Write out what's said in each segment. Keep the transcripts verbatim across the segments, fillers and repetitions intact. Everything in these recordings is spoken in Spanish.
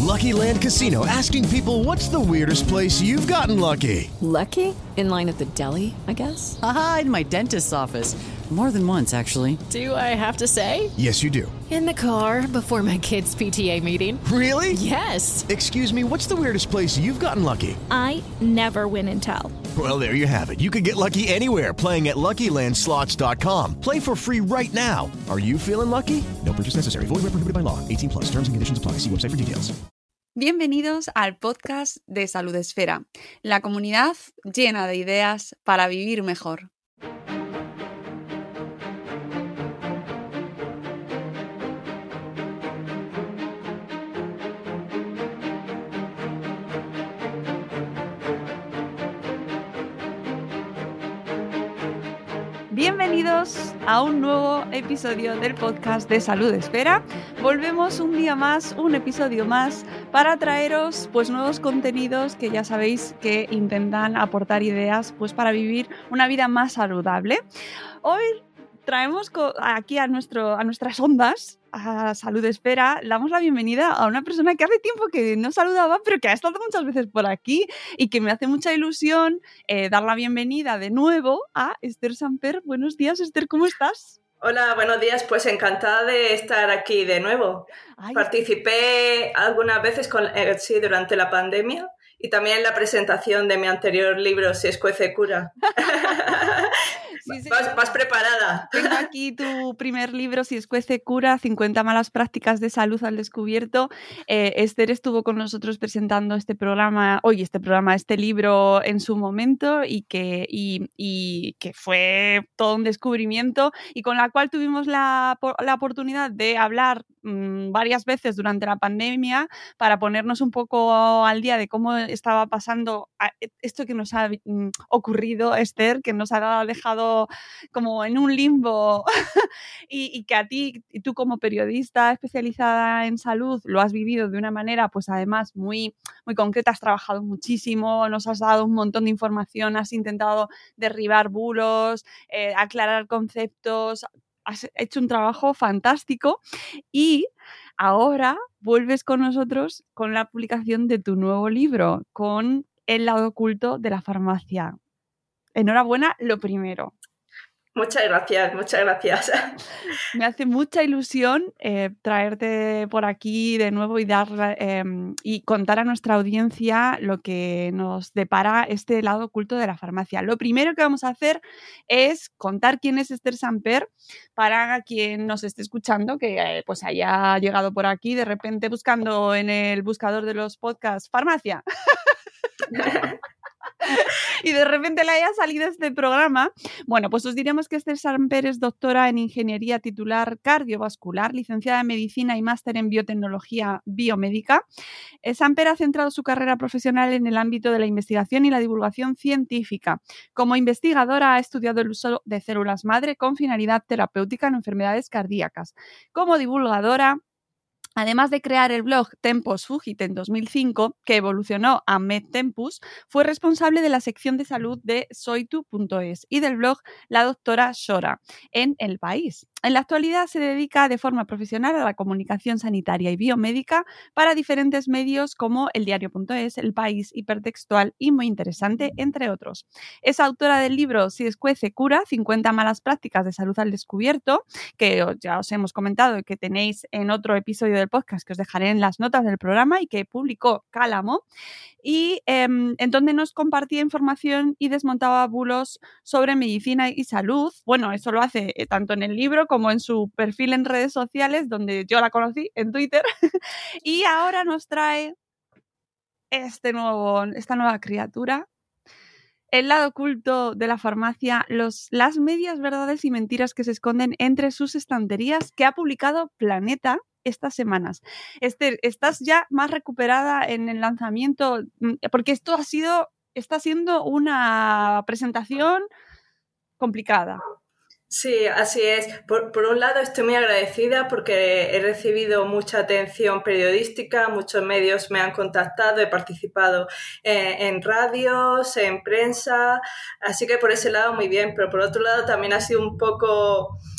Lucky Land Casino, asking people, what's the weirdest place you've gotten lucky? Lucky? In line at the deli, I guess? Aha, in my dentist's office. More than once, actually. Do I have to say? Yes, you do. In the car before my kids' P T A meeting. Really? Yes. Excuse me, what's the weirdest place you've gotten lucky? I never win and tell. Well, there you have it. You can get lucky anywhere, playing at Lucky Land Slots dot com. Play for free right now. Are you feeling lucky? No purchase necessary. Void where prohibited by law. eighteen plus. Terms and conditions apply. See website for details. Bienvenidos al podcast de Salud Esfera, la comunidad llena de ideas para vivir mejor. Bienvenidos a un nuevo episodio del podcast de Salud Esfera. Volvemos un día más, un episodio más, para traeros pues nuevos contenidos que ya sabéis que intentan aportar ideas pues para vivir una vida más saludable. Hoy traemos aquí a, nuestro, a nuestras ondas, a Salud Esfera, le damos la bienvenida a una persona que hace tiempo que no saludaba, pero que ha estado muchas veces por aquí y que me hace mucha ilusión eh, dar la bienvenida de nuevo a Esther Samper. Buenos días, Esther, ¿cómo estás? Hola, buenos días. Pues encantada de estar aquí de nuevo. Ay. Participé algunas veces con, eh, sí, durante la pandemia y también en la presentación de mi anterior libro, Si escuece cura. Sí, sí. ¿Vas, vas preparada? Tengo aquí tu primer libro, Si escuece cura, cincuenta malas prácticas de salud al descubierto. Eh, Esther estuvo con nosotros presentando este programa, hoy este programa, este libro en su momento y que, y, y que fue todo un descubrimiento y con la cual tuvimos la, la oportunidad de hablar mmm, varias veces durante la pandemia para ponernos un poco al día de cómo estaba pasando esto que nos ha mmm, ocurrido, Esther, que nos ha dejado como en un limbo y, y que a ti, y tú como periodista especializada en salud, lo has vivido de una manera pues además muy, muy concreta, has trabajado muchísimo, nos has dado un montón de información, has intentado derribar bulos, eh, aclarar conceptos, has hecho un trabajo fantástico y ahora vuelves con nosotros con la publicación de tu nuevo libro, con El lado oculto de la farmacia. Enhorabuena, lo primero. Muchas gracias, muchas gracias. Me hace mucha ilusión eh, traerte por aquí de nuevo y dar eh, y contar a nuestra audiencia lo que nos depara este lado oculto de la farmacia. Lo primero que vamos a hacer es contar quién es Esther Samper para quien nos esté escuchando, que eh, pues haya llegado por aquí de repente buscando en el buscador de los podcasts farmacia. Y de repente le haya salido este programa. Bueno, pues os diremos que Esther Samper es doctora en Ingeniería titular cardiovascular, licenciada en Medicina y máster en Biotecnología Biomédica. Samper ha centrado su carrera profesional en el ámbito de la investigación y la divulgación científica. Como investigadora ha estudiado el uso de células madre con finalidad terapéutica en enfermedades cardíacas. Como divulgadora, además de crear el blog Tempus Fugit en dos mil cinco, que evolucionó a MedTempus, fue responsable de la sección de salud de soytu punto es y del blog La Doctora Shora en El País. En la actualidad se dedica de forma profesional a la comunicación sanitaria y biomédica para diferentes medios como El Diario punto es, El País, Hipertextual y Muy Interesante, entre otros. Es autora del libro Si escuece cura, cincuenta malas prácticas de salud al descubierto, que ya os hemos comentado y que tenéis en otro episodio del podcast que os dejaré en las notas del programa y que publicó Cálamo, y eh, en donde nos compartía información y desmontaba bulos sobre medicina y salud. Bueno, eso lo hace eh, tanto en el libro como en su perfil en redes sociales, donde yo la conocí, en Twitter, y ahora nos trae este nuevo, esta nueva criatura, el lado oculto de la farmacia, los, las medias verdades y mentiras que se esconden entre sus estanterías, que ha publicado Planeta estas semanas. Esther, ¿estás ya más recuperada en el lanzamiento? Porque esto ha sido, está siendo una presentación complicada. Sí, así es. Por, por un lado estoy muy agradecida porque he recibido mucha atención periodística, muchos medios me han contactado, he participado en, en radios, en prensa, así que por ese lado muy bien, pero por otro lado también ha sido un poco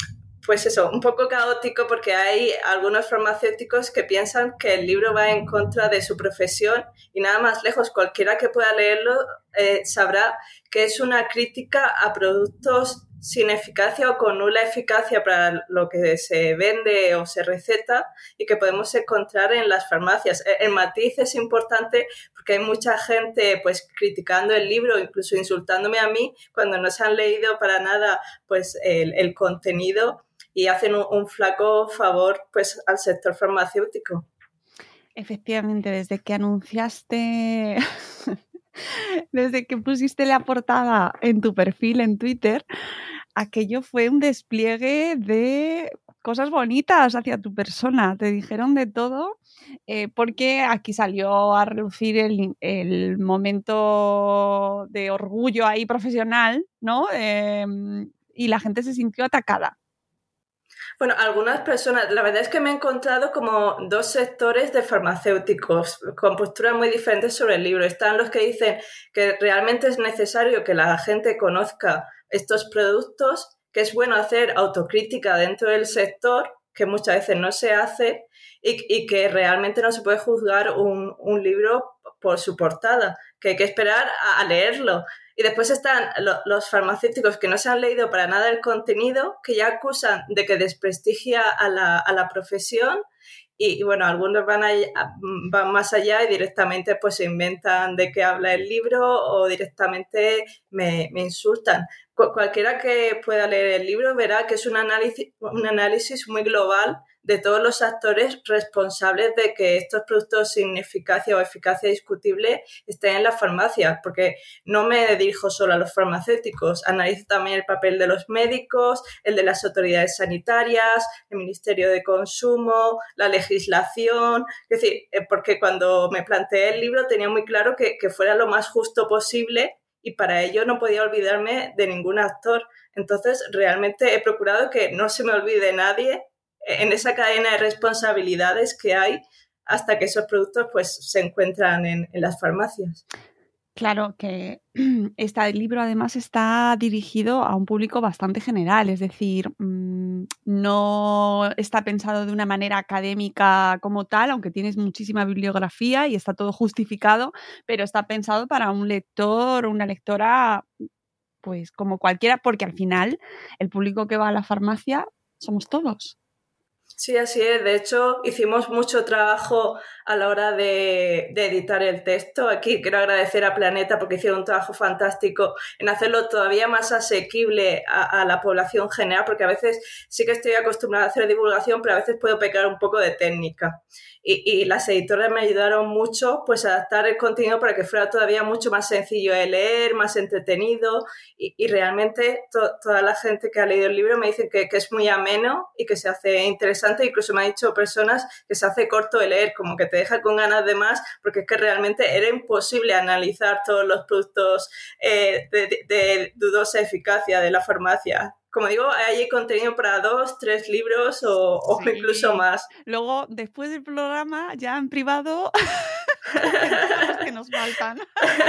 pues eso, un poco caótico porque hay algunos farmacéuticos que piensan que el libro va en contra de su profesión y nada más lejos, cualquiera que pueda leerlo eh, sabrá que es una crítica a productos sin eficacia o con nula eficacia para lo que se vende o se receta y que podemos encontrar en las farmacias. El matiz es importante porque hay mucha gente pues criticando el libro, incluso insultándome a mí cuando no se han leído para nada pues el, el contenido y hacen un, un flaco favor pues al sector farmacéutico. Efectivamente, desde que anunciaste... Desde que pusiste la portada en tu perfil en Twitter, aquello fue un despliegue de cosas bonitas hacia tu persona. Te dijeron de todo, eh, porque aquí salió a relucir el, el momento de orgullo ahí profesional, ¿no? Eh, y la gente se sintió atacada. Bueno, algunas personas, la verdad es que me he encontrado como dos sectores de farmacéuticos con posturas muy diferentes sobre el libro. Están los que dicen que realmente es necesario que la gente conozca estos productos, que es bueno hacer autocrítica dentro del sector, que muchas veces no se hace, y, y que realmente no se puede juzgar un, un libro por su portada, que hay que esperar a, a leerlo. Y después están lo, los farmacéuticos que no se han leído para nada el contenido, que ya acusan de que desprestigia a la, a la profesión y, y bueno, algunos van, a, van más allá y directamente pues se inventan de qué habla el libro o directamente me, me insultan. Cu- cualquiera que pueda leer el libro verá que es un análisis, un análisis muy global de todos los actores responsables de que estos productos sin eficacia o eficacia discutible estén en las farmacias, porque no me dirijo solo a los farmacéuticos, analizo también el papel de los médicos, el de las autoridades sanitarias, el Ministerio de Consumo, la legislación, es decir, porque cuando me planteé el libro tenía muy claro que, que fuera lo más justo posible y para ello no podía olvidarme de ningún actor. Entonces, realmente he procurado que no se me olvide nadie en esa cadena de responsabilidades que hay hasta que esos productos pues, se encuentran en, en las farmacias. Claro que este libro además está dirigido a un público bastante general, es decir, no está pensado de una manera académica como tal, aunque tienes muchísima bibliografía y está todo justificado, pero está pensado para un lector o una lectora pues como cualquiera, porque al final el público que va a la farmacia somos todos. Sí, así es. De hecho, hicimos mucho trabajo a la hora de, de editar el texto. Aquí quiero agradecer a Planeta porque hicieron un trabajo fantástico en hacerlo todavía más asequible a, a la población general, porque a veces sí que estoy acostumbrada a hacer divulgación, pero a veces puedo pecar un poco de técnica. Y, y las editoras me ayudaron mucho pues, a adaptar el contenido para que fuera todavía mucho más sencillo de leer, más entretenido. Y, y realmente to, toda la gente que ha leído el libro me dice que, que es muy ameno y que se hace interesante. Incluso me han dicho personas que se hace corto de leer, como que te deja con ganas de más, porque es que realmente era imposible analizar todos los productos eh, de, de, de dudosa eficacia de la farmacia. Como digo, hay contenido para dos, tres libros o, o sí. incluso más. Luego, después del programa, ya en privado, los que nos faltan.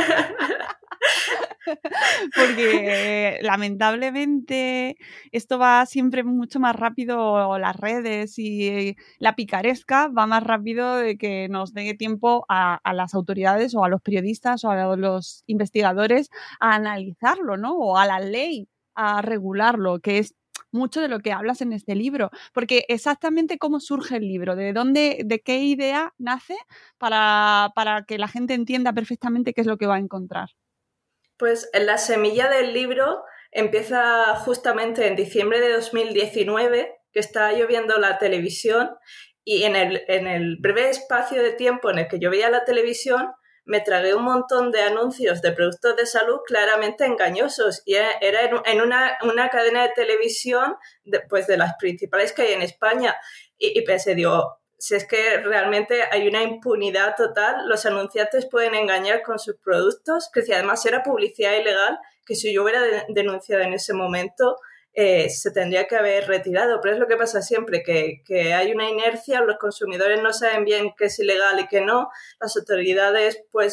Porque eh, lamentablemente esto va siempre mucho más rápido, las redes y la picaresca va más rápido de que nos dé tiempo a, a las autoridades o a los periodistas o a los investigadores a analizarlo, ¿no? O a la ley a regularlo, que es mucho de lo que hablas en este libro, porque exactamente cómo surge el libro, de dónde, de qué idea nace para, para que la gente entienda perfectamente qué es lo que va a encontrar. Pues la semilla del libro empieza justamente en diciembre de dos mil diecinueve, que está lloviendo la televisión, y en el, en el breve espacio de tiempo en el que yo veía la televisión me tragué un montón de anuncios de productos de salud claramente engañosos y era en, en una, una cadena de televisión de, pues de las principales que hay en España y, y pensé, digo, si es que realmente hay una impunidad total, los anunciantes pueden engañar con sus productos, que si además era publicidad ilegal, que si yo hubiera de, denunciado en ese momento eh, se tendría que haber retirado, pero es lo que pasa siempre, que, que hay una inercia, los consumidores no saben bien qué es ilegal y qué no, las autoridades pues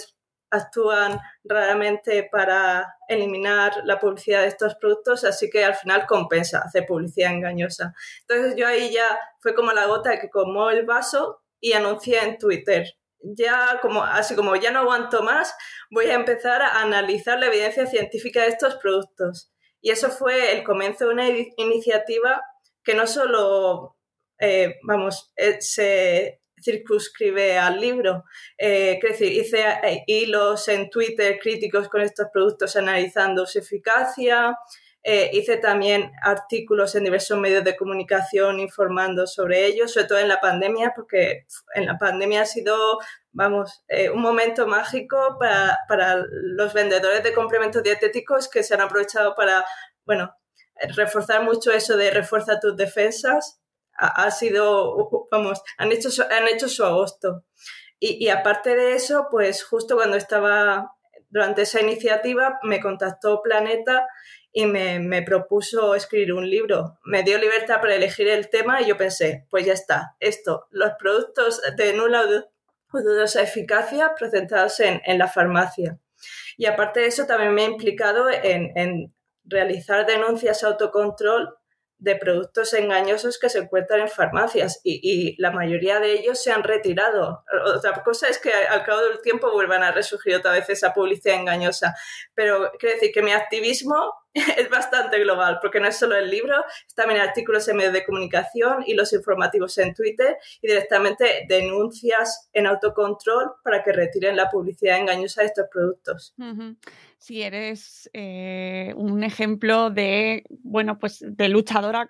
actúan raramente para eliminar la publicidad de estos productos, así que al final compensa hacer publicidad engañosa. Entonces yo ahí ya fue como la gota que colmó el vaso y anuncié en Twitter. Ya como, así como ya no aguanto más, voy a empezar a analizar la evidencia científica de estos productos. Y eso fue el comienzo de una iniciativa que no solo, eh, vamos, eh, se circunscribe al libro. Eh, es decir, hice eh, hilos en Twitter críticos con estos productos analizando su eficacia. Eh, hice también artículos en diversos medios de comunicación informando sobre ellos, sobre todo en la pandemia, porque en la pandemia ha sido, vamos, eh, un momento mágico para, para los vendedores de complementos dietéticos que se han aprovechado para, bueno, reforzar mucho eso de refuerza tus defensas. Ha, ha sido, vamos, han hecho, han hecho su agosto. Y, y aparte de eso, pues justo cuando estaba durante esa iniciativa me contactó Planeta y me, me propuso escribir un libro. Me dio libertad para elegir el tema y yo pensé, pues ya está, esto, los productos de nula o dudosa eficacia presentados en, en la farmacia. Y aparte de eso también me he implicado en, en realizar denuncias a autocontrol de productos engañosos que se encuentran en farmacias y, y la mayoría de ellos se han retirado. Otra cosa es que al cabo del tiempo vuelvan a resurgir otra vez esa publicidad engañosa, pero quiero decir que mi activismo es bastante global, porque no es solo el libro, es también artículos en medios de comunicación y los informativos en Twitter y directamente denuncias en autocontrol para que retiren la publicidad engañosa de estos productos. Uh-huh. Sí, eres eh, un ejemplo de, bueno, pues de luchadora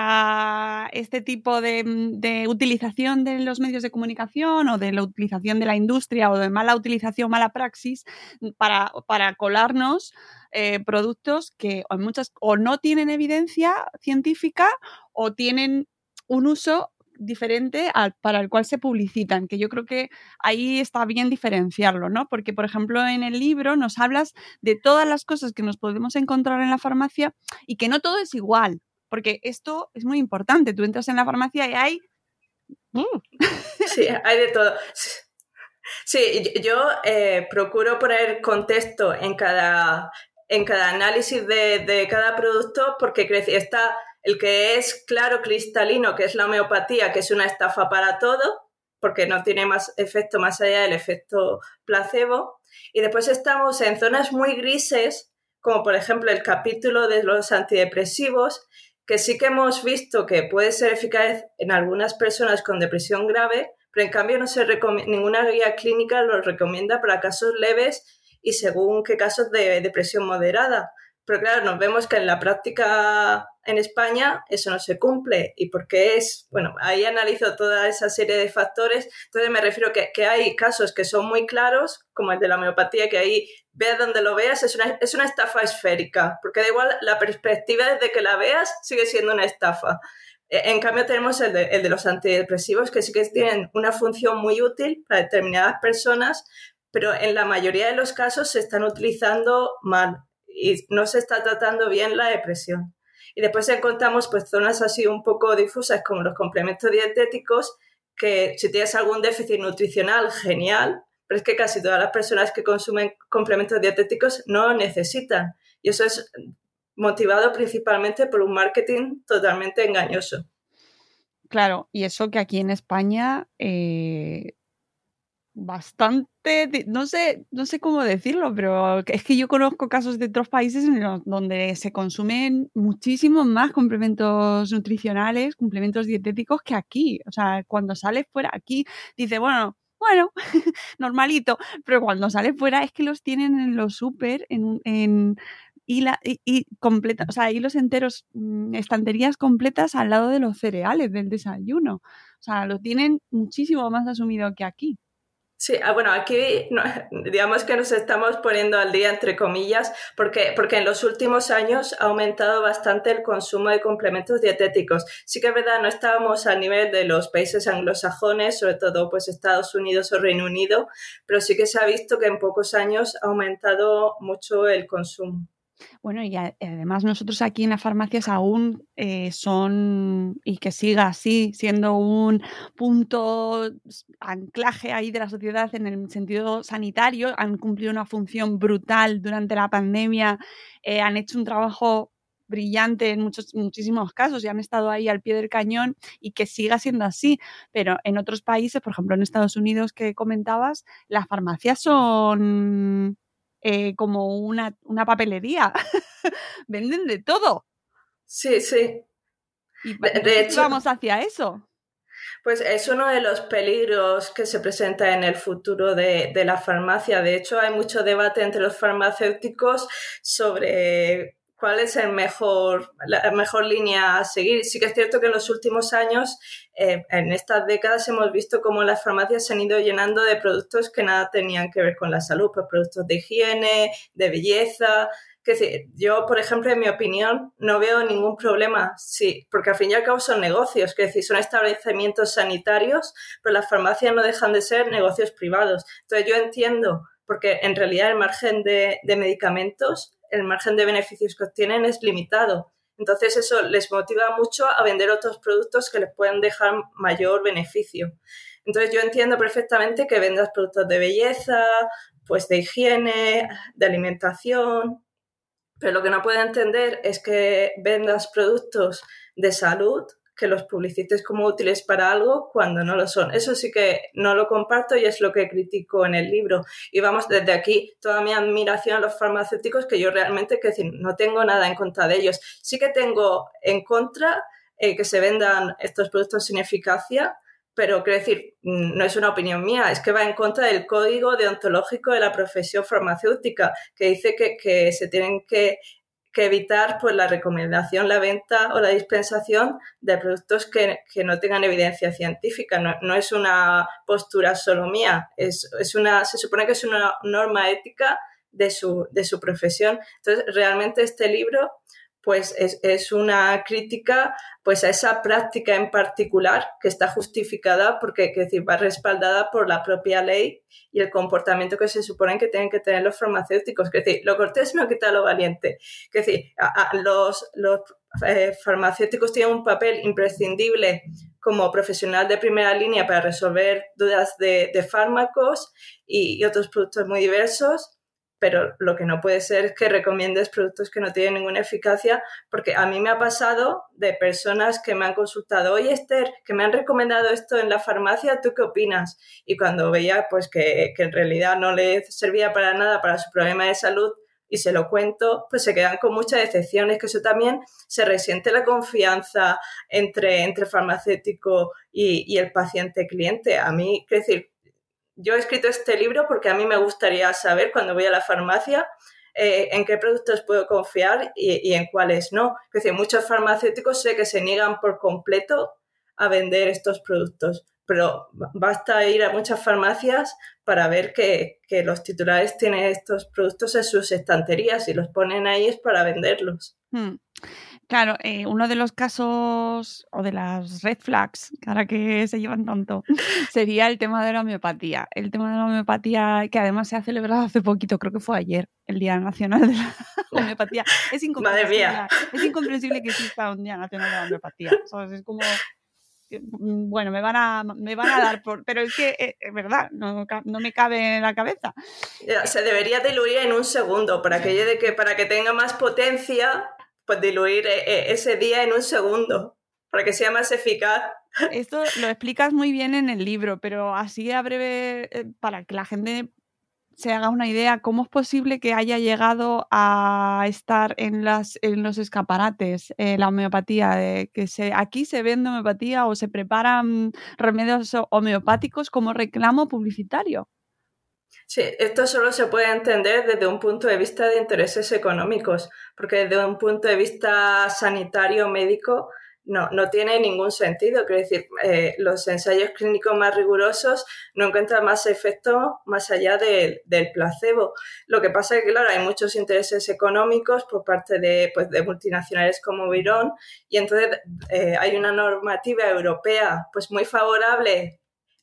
contra este tipo de, de utilización de los medios de comunicación o de la utilización de la industria o de mala utilización, mala praxis para, para colarnos eh, productos que en muchas o no tienen evidencia científica o tienen un uso diferente al, para el cual se publicitan, que yo creo que ahí está bien diferenciarlo, ¿no? Porque, por ejemplo, en el libro nos hablas de todas las cosas que nos podemos encontrar en la farmacia y que no todo es igual, porque esto es muy importante. Tú entras en la farmacia y hay... Uh. Sí, hay de todo. Sí, yo eh, procuro poner contexto en cada, en cada análisis de, de cada producto porque está el que es claro, cristalino, que es la homeopatía, que es una estafa para todo, porque no tiene más efecto más allá del efecto placebo. Y después estamos en zonas muy grises, como por ejemplo el capítulo de los antidepresivos, que sí que hemos visto que puede ser eficaz en algunas personas con depresión grave, pero en cambio no se recom- ninguna guía clínica lo recomienda para casos leves y según qué casos de depresión moderada. Pero claro, nos vemos que en la práctica en España eso no se cumple. ¿Y por qué es? Bueno, ahí analizo toda esa serie de factores. Entonces me refiero que, que hay casos que son muy claros, como el de la homeopatía, que ahí veas donde lo veas, es una, es una estafa esférica, porque da igual la perspectiva desde que la veas, sigue siendo una estafa. En cambio tenemos el de, el de los antidepresivos, que sí que tienen una función muy útil para determinadas personas, pero en la mayoría de los casos se están utilizando mal y no se está tratando bien la depresión. Y después encontramos pues, zonas así un poco difusas como los complementos dietéticos, que si tienes algún déficit nutricional, genial, pero es que casi todas las personas que consumen complementos dietéticos no necesitan. Y eso es motivado principalmente por un marketing totalmente engañoso. Claro, y eso que aquí en España... Eh... bastante, no sé, no sé cómo decirlo, pero es que yo conozco casos de otros países en los, donde se consumen muchísimos más complementos nutricionales, complementos dietéticos que aquí. O sea, cuando sales fuera aquí, dice, bueno, bueno, normalito, pero cuando sales fuera es que los tienen en los súper, en, en y, la, y, y completa, o sea, hilos enteros, estanterías completas al lado de los cereales del desayuno. O sea, lo tienen muchísimo más asumido que aquí. Sí, bueno, aquí no, digamos que nos estamos poniendo al día, entre comillas, porque, porque en los últimos años ha aumentado bastante el consumo de complementos dietéticos. Sí que es verdad, no estábamos al nivel de los países anglosajones, sobre todo pues Estados Unidos o Reino Unido, pero sí que se ha visto que en pocos años ha aumentado mucho el consumo. Bueno, y además nosotros aquí en las farmacias aún eh, son, y que siga así, siendo un punto anclaje ahí de la sociedad en el sentido sanitario, han cumplido una función brutal durante la pandemia, eh, han hecho un trabajo brillante en muchos, muchísimos casos y han estado ahí al pie del cañón y que siga siendo así, pero en otros países, por ejemplo en Estados Unidos que comentabas, las farmacias son... Eh, como una, una papelería. Venden de todo. Sí, sí. Y de, de hecho, vamos hacia eso. Pues es uno de los peligros que se presenta en el futuro de, de la farmacia. De hecho, hay mucho debate entre los farmacéuticos sobre cuál es el mejor, la mejor línea a seguir. Sí que es cierto que en los últimos años, eh, en estas décadas, hemos visto cómo las farmacias se han ido llenando de productos que nada tenían que ver con la salud, pues productos de higiene, de belleza. Es decir, yo, por ejemplo, en mi opinión, no veo ningún problema, sí, porque al fin y al cabo son negocios, es decir, son establecimientos sanitarios, pero las farmacias no dejan de ser negocios privados. Entonces yo entiendo, porque en realidad el margen de, de medicamentos, el margen de beneficios que obtienen es limitado. Entonces eso les motiva mucho a vender otros productos que les pueden dejar mayor beneficio. Entonces yo entiendo perfectamente que vendas productos de belleza, pues de higiene, de alimentación, pero lo que no puedo entender es que vendas productos de salud, que los publicites como útiles para algo cuando no lo son. Eso sí que no lo comparto y es lo que critico en el libro. Y vamos, desde aquí, toda mi admiración a los farmacéuticos, que yo realmente, que decir, no tengo nada en contra de ellos. Sí que tengo en contra eh, que se vendan estos productos sin eficacia, pero quiero decir, no es una opinión mía, es que va en contra del código deontológico de la profesión farmacéutica, que dice que, que se tienen que, que evitar pues, la recomendación, la venta o la dispensación de productos que, que no tengan evidencia científica. No, no es una postura solo mía, es, es una, se supone que es una norma ética de su, de su profesión. Entonces, realmente este libro pues es, es una crítica pues a esa práctica en particular que está justificada porque que decir, va respaldada por la propia ley y el comportamiento que se supone que tienen que tener los farmacéuticos. Es decir, lo cortés no quita lo valiente. Es decir, a, a los, los eh, farmacéuticos tienen un papel imprescindible como profesional de primera línea para resolver dudas de, de fármacos y, y otros productos muy diversos. Pero lo que no puede ser es que recomiendes productos que no tienen ninguna eficacia, porque a mí me ha pasado de personas que me han consultado, oye Esther, que me han recomendado esto en la farmacia, ¿tú qué opinas? Y cuando veía pues que, que en realidad no le servía para nada para su problema de salud y se lo cuento, pues se quedan con muchas decepciones, que eso también se resiente la confianza entre, entre farmacéutico y, y el paciente cliente. A mí, quiero decir, yo he escrito este libro porque a mí me gustaría saber cuando voy a la farmacia eh, en qué productos puedo confiar y, y en cuáles no. Es decir, muchos farmacéuticos sé que se niegan por completo a vender estos productos, pero basta ir a muchas farmacias para ver que, que los titulares tienen estos productos en sus estanterías y los ponen ahí es para venderlos. Hmm. Claro, eh, uno de los casos o de las red flags, ahora que se llevan tanto, sería el tema de la homeopatía. El tema de la homeopatía, que además se ha celebrado hace poquito, creo que fue ayer, el Día Nacional de la Homeopatía. Es incomprensible, Madre mía. Es incomprensible que exista un Día Nacional de la Homeopatía. ¿Sabes? Es como... Bueno, me van a, me van a dar por... Pero es que es eh, verdad, no, no me cabe en la cabeza. Se debería diluir en un segundo para que, de que, para que tenga más potencia... pues diluir ese día en un segundo para que sea más eficaz. Esto lo explicas muy bien en el libro, pero así a breve, para que la gente se haga una idea, ¿cómo es posible que haya llegado a estar en, las, en los escaparates eh, la homeopatía? De que se, aquí se vende homeopatía o se preparan remedios homeopáticos como reclamo publicitario. Sí, esto solo se puede entender desde un punto de vista de intereses económicos, porque desde un punto de vista sanitario, médico, no, no tiene ningún sentido. Quiero decir, eh, los ensayos clínicos más rigurosos no encuentran más efecto más allá de, del placebo. Lo que pasa es que, claro, hay muchos intereses económicos por parte de, pues, de multinacionales como Virón y entonces eh, hay una normativa europea pues muy favorable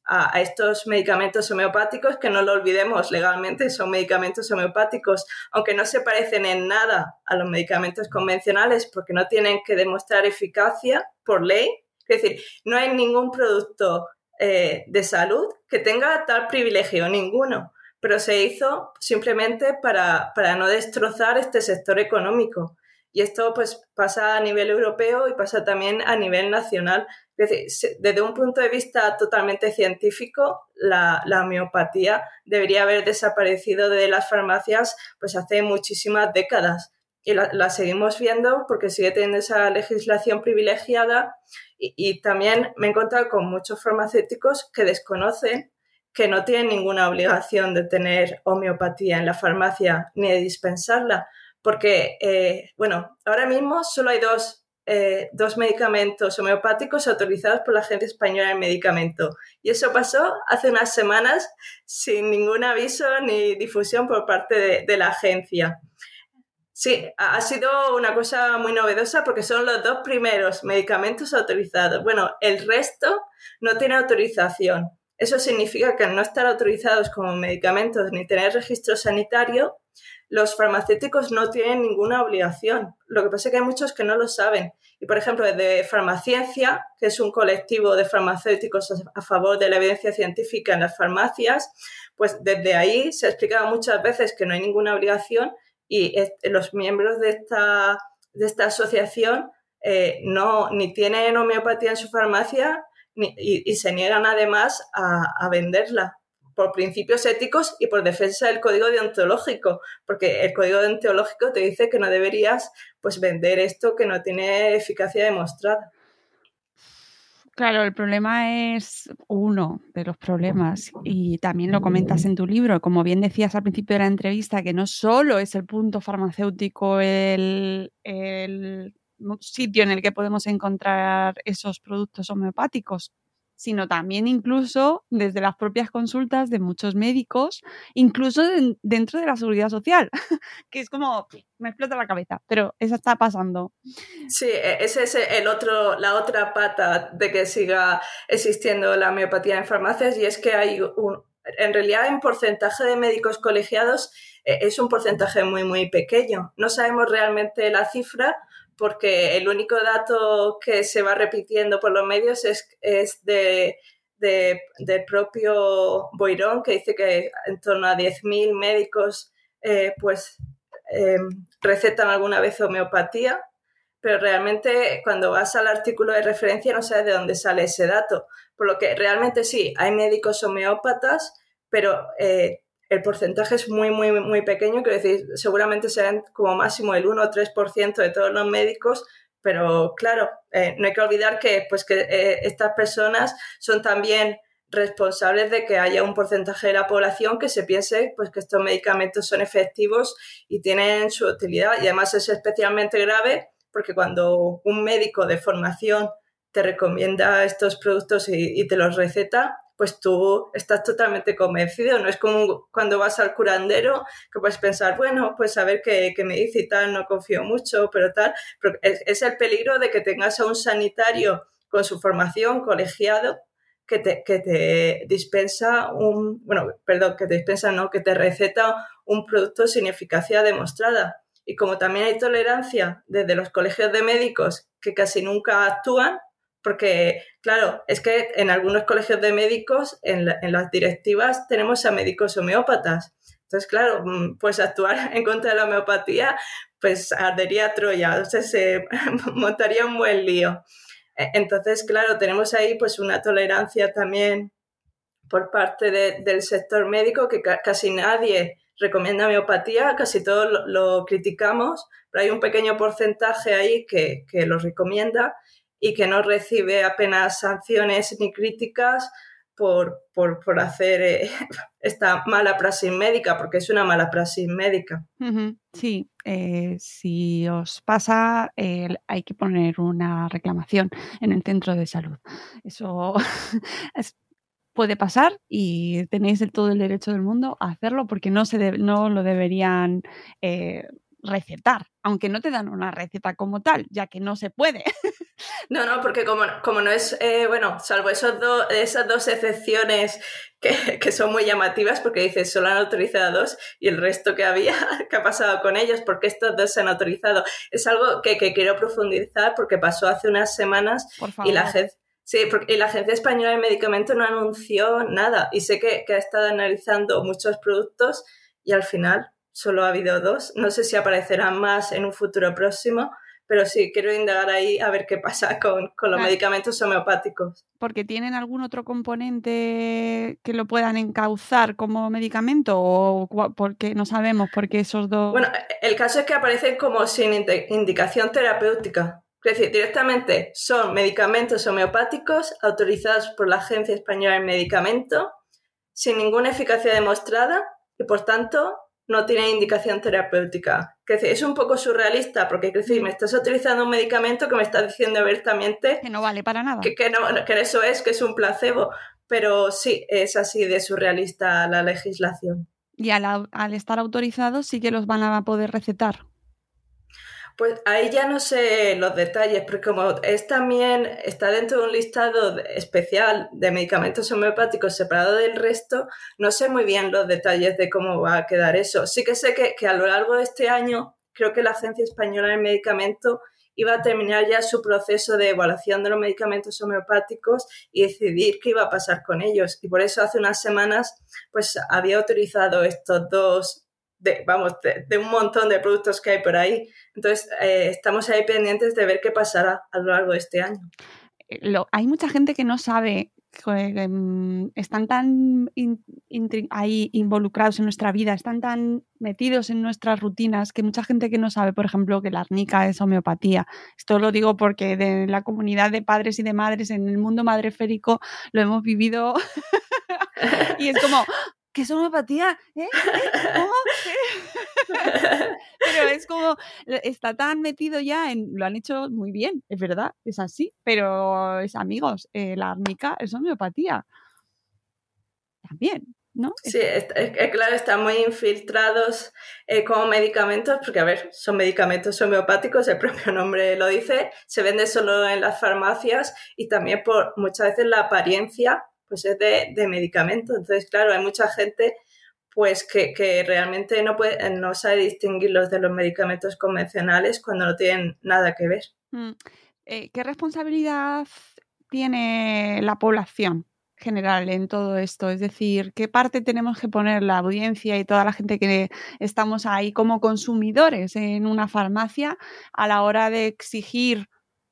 a, a estos medicamentos homeopáticos, que no lo olvidemos, legalmente son medicamentos homeopáticos, aunque no se parecen en nada a los medicamentos convencionales porque no tienen que demostrar eficacia por ley. Es decir, no hay ningún producto eh, de salud que tenga tal privilegio, ninguno, pero se hizo simplemente para, para no destrozar este sector económico. Y esto pues pasa a nivel europeo y pasa también a nivel nacional. Es decir, desde un punto de vista totalmente científico, la, la homeopatía debería haber desaparecido de las farmacias pues hace muchísimas décadas. Y la, la seguimos viendo porque sigue teniendo esa legislación privilegiada y, y también me he encontrado con muchos farmacéuticos que desconocen que no tienen ninguna obligación de tener homeopatía en la farmacia ni de dispensarla, porque, eh, bueno, ahora mismo solo hay dos, eh, dos medicamentos homeopáticos autorizados por la Agencia Española del Medicamento y eso pasó hace unas semanas sin ningún aviso ni difusión por parte de, de la agencia. Sí, ha sido una cosa muy novedosa porque son los dos primeros medicamentos autorizados. Bueno, el resto no tiene autorización. Eso significa que al no estar autorizados como medicamentos ni tener registro sanitario, los farmacéuticos no tienen ninguna obligación. Lo que pasa es que hay muchos que no lo saben. Y, por ejemplo, desde Farmaciencia, que es un colectivo de farmacéuticos a favor de la evidencia científica en las farmacias, pues desde ahí se ha explicado muchas veces que no hay ninguna obligación y los miembros de esta, de esta asociación eh, no, ni tienen homeopatía en su farmacia ni, y, y se niegan además a, a venderla por principios éticos y por defensa del código deontológico, porque el código deontológico te dice que no deberías pues, vender esto que no tiene eficacia demostrada. Claro, el problema es uno de los problemas y también lo comentas en tu libro, como bien decías al principio de la entrevista, que no solo es el punto farmacéutico el, el sitio en el que podemos encontrar esos productos homeopáticos, sino también incluso desde las propias consultas de muchos médicos, incluso de, dentro de la seguridad social, que es como, me explota la cabeza, pero eso está pasando. Sí, ese es el otro, la otra pata de que siga existiendo la homeopatía en farmacias y es que hay un, en realidad en porcentaje de médicos colegiados es un porcentaje muy, muy pequeño. No sabemos realmente la cifra, porque el único dato que se va repitiendo por los medios es, es de, de, del propio Boirón, que dice que en torno a diez mil médicos eh, pues, eh, recetan alguna vez homeopatía, pero realmente cuando vas al artículo de referencia no sabes de dónde sale ese dato. Por lo que realmente sí, hay médicos homeópatas, pero eh, el porcentaje es muy, muy, muy pequeño, quiero decir, seguramente serán como máximo el uno o tres por ciento de todos los médicos, pero claro, eh, no hay que olvidar que, pues, que eh, estas personas son también responsables de que haya un porcentaje de la población que se piense pues, que estos medicamentos son efectivos y tienen su utilidad. Y además es especialmente grave porque cuando un médico de formación te recomienda estos productos y, y te los receta, pues tú estás totalmente convencido. No es como cuando vas al curandero que puedes pensar, bueno, pues a ver qué, qué me dice y tal, no confío mucho, pero tal. Pero es, es el peligro de que tengas a un sanitario con su formación colegiado que te, que te dispensa un, bueno, perdón, que te dispensa, no, que te receta un producto sin eficacia demostrada. Y como también hay tolerancia desde los colegios de médicos que casi nunca actúan, porque, claro, es que en algunos colegios de médicos, en, la, en las directivas, tenemos a médicos homeópatas. Entonces, claro, pues actuar en contra de la homeopatía, pues ardería Troya, o sea, se montaría un buen lío. Entonces, claro, tenemos ahí pues una tolerancia también por parte de, del sector médico que ca- casi nadie recomienda homeopatía, casi todos lo, lo criticamos, pero hay un pequeño porcentaje ahí que, que lo recomienda y que no recibe apenas sanciones ni críticas por, por, por hacer eh, esta mala praxis médica, porque es una mala praxis médica. Uh-huh. Sí, eh, si os pasa, eh, hay que poner una reclamación en el centro de salud. Eso es, puede pasar y tenéis el, todo el derecho del mundo a hacerlo porque no, se de, no lo deberían... Eh, recetar, aunque no te dan una receta como tal, ya que no se puede. No, no, porque como, como no es, eh, bueno, salvo esos dos, esas dos excepciones que, que son muy llamativas, porque dices, solo han autorizado dos y el resto que había, ¿qué ha pasado con ellos? Porque estos dos se han autorizado. Es algo que, que quiero profundizar porque pasó hace unas semanas y la agencia... Sí, porque y la Agencia Española de Medicamentos no anunció nada y sé que, que ha estado analizando muchos productos y al final solo ha habido dos. No sé si aparecerán más en un futuro próximo, pero sí, quiero indagar ahí a ver qué pasa con, con los claro. medicamentos homeopáticos. ¿Porque tienen algún otro componente que lo puedan encauzar como medicamento o porque no sabemos por qué esos dos...? Bueno, el caso es que aparecen como sin indicación terapéutica. Es decir, directamente son medicamentos homeopáticos autorizados por la Agencia Española del Medicamento sin ninguna eficacia demostrada y, por tanto, no tienen indicación terapéutica. Es decir, es un poco surrealista porque es decir, me estás utilizando un medicamento que me estás diciendo abiertamente que no vale para nada. Que, que, no, que eso es, que es un placebo. Pero sí, es así de surrealista la legislación. Y al, al estar autorizados sí que los van a poder recetar. Pues ahí ya no sé los detalles, porque como es también, está dentro de un listado especial de medicamentos homeopáticos separado del resto, no sé muy bien los detalles de cómo va a quedar eso. Sí que sé que, que a lo largo de este año, creo que la Agencia Española del Medicamento iba a terminar ya su proceso de evaluación de los medicamentos homeopáticos y decidir qué iba a pasar con ellos. Y por eso hace unas semanas pues había autorizado estos dos De, vamos, de, de un montón de productos que hay por ahí. Entonces, eh, estamos ahí pendientes de ver qué pasará a lo largo de este año. Lo, hay mucha gente que no sabe, que, um, están tan in, in, ahí involucrados en nuestra vida, están tan metidos en nuestras rutinas, que mucha gente que no sabe, por ejemplo, que la árnica es homeopatía. Esto lo digo porque de la comunidad de padres y de madres en el mundo madreférico lo hemos vivido y es como... ¿Qué es homeopatía? ¿Eh? ¿Eh? ¿Cómo? ¿Eh? Pero es como, está tan metido ya en, lo han hecho muy bien, es verdad, es así, pero es amigos, eh, la árnica es homeopatía. También, ¿no? Sí, es, es, es claro, están muy infiltrados eh, como medicamentos, porque a ver, son medicamentos homeopáticos, el propio nombre lo dice, se vende solo en las farmacias y también por muchas veces la apariencia pues es de, de medicamento. Entonces, claro, hay mucha gente pues que, que realmente no puede, no sabe distinguirlos de los medicamentos convencionales cuando no tienen nada que ver. Mm. Eh, ¿Qué responsabilidad tiene la población general en todo esto? Es decir, ¿qué parte tenemos que poner la audiencia y toda la gente que estamos ahí como consumidores en una farmacia a la hora de exigir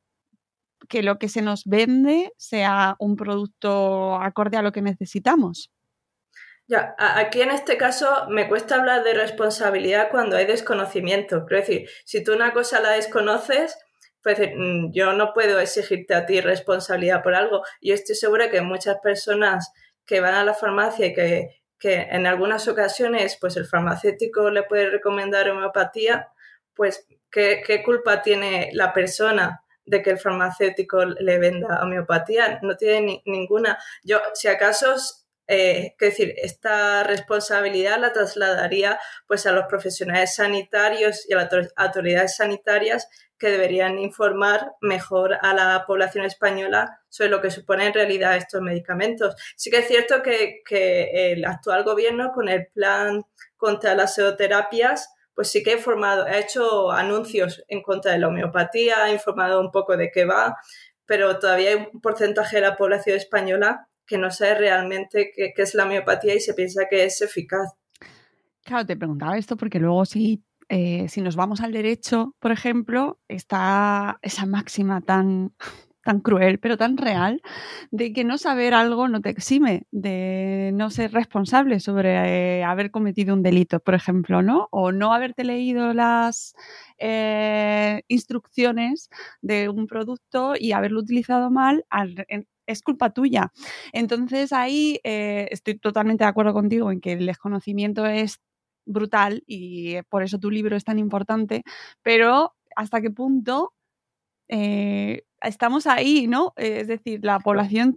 que lo que se nos vende sea un producto acorde a lo que necesitamos? Ya, aquí en este caso me cuesta hablar de responsabilidad cuando hay desconocimiento. Quiero decir, si tú una cosa la desconoces, pues yo no puedo exigirte a ti responsabilidad por algo. Yo estoy segura que muchas personas que van a la farmacia y que, que en algunas ocasiones pues el farmacéutico le puede recomendar homeopatía, pues ¿qué, qué culpa tiene la persona de que el farmacéutico le venda homeopatía? No tiene ni, ninguna. Yo, si acaso, eh, es decir, esta responsabilidad la trasladaría pues a los profesionales sanitarios y a las autoridades sanitarias que deberían informar mejor a la población española sobre lo que supone en realidad estos medicamentos. Sí que es cierto que, que el actual gobierno, con el plan contra las pseudoterapias, pues sí que ha informado, ha hecho anuncios en contra de la homeopatía, ha informado un poco de qué va, pero todavía hay un porcentaje de la población española que no sabe realmente qué, qué es la homeopatía y se piensa que es eficaz. Claro, te preguntaba esto porque luego sí, eh, si nos vamos al derecho, por ejemplo, está esa máxima tan... tan cruel, pero tan real, de que no saber algo no te exime de no ser responsable sobre eh, haber cometido un delito, por ejemplo, ¿no? O no haberte leído las eh, instrucciones de un producto y haberlo utilizado mal, al, en, es culpa tuya. Entonces ahí eh, estoy totalmente de acuerdo contigo en que el desconocimiento es brutal y por eso tu libro es tan importante, pero ¿hasta qué punto Eh, estamos ahí, ¿no? Es decir, la población...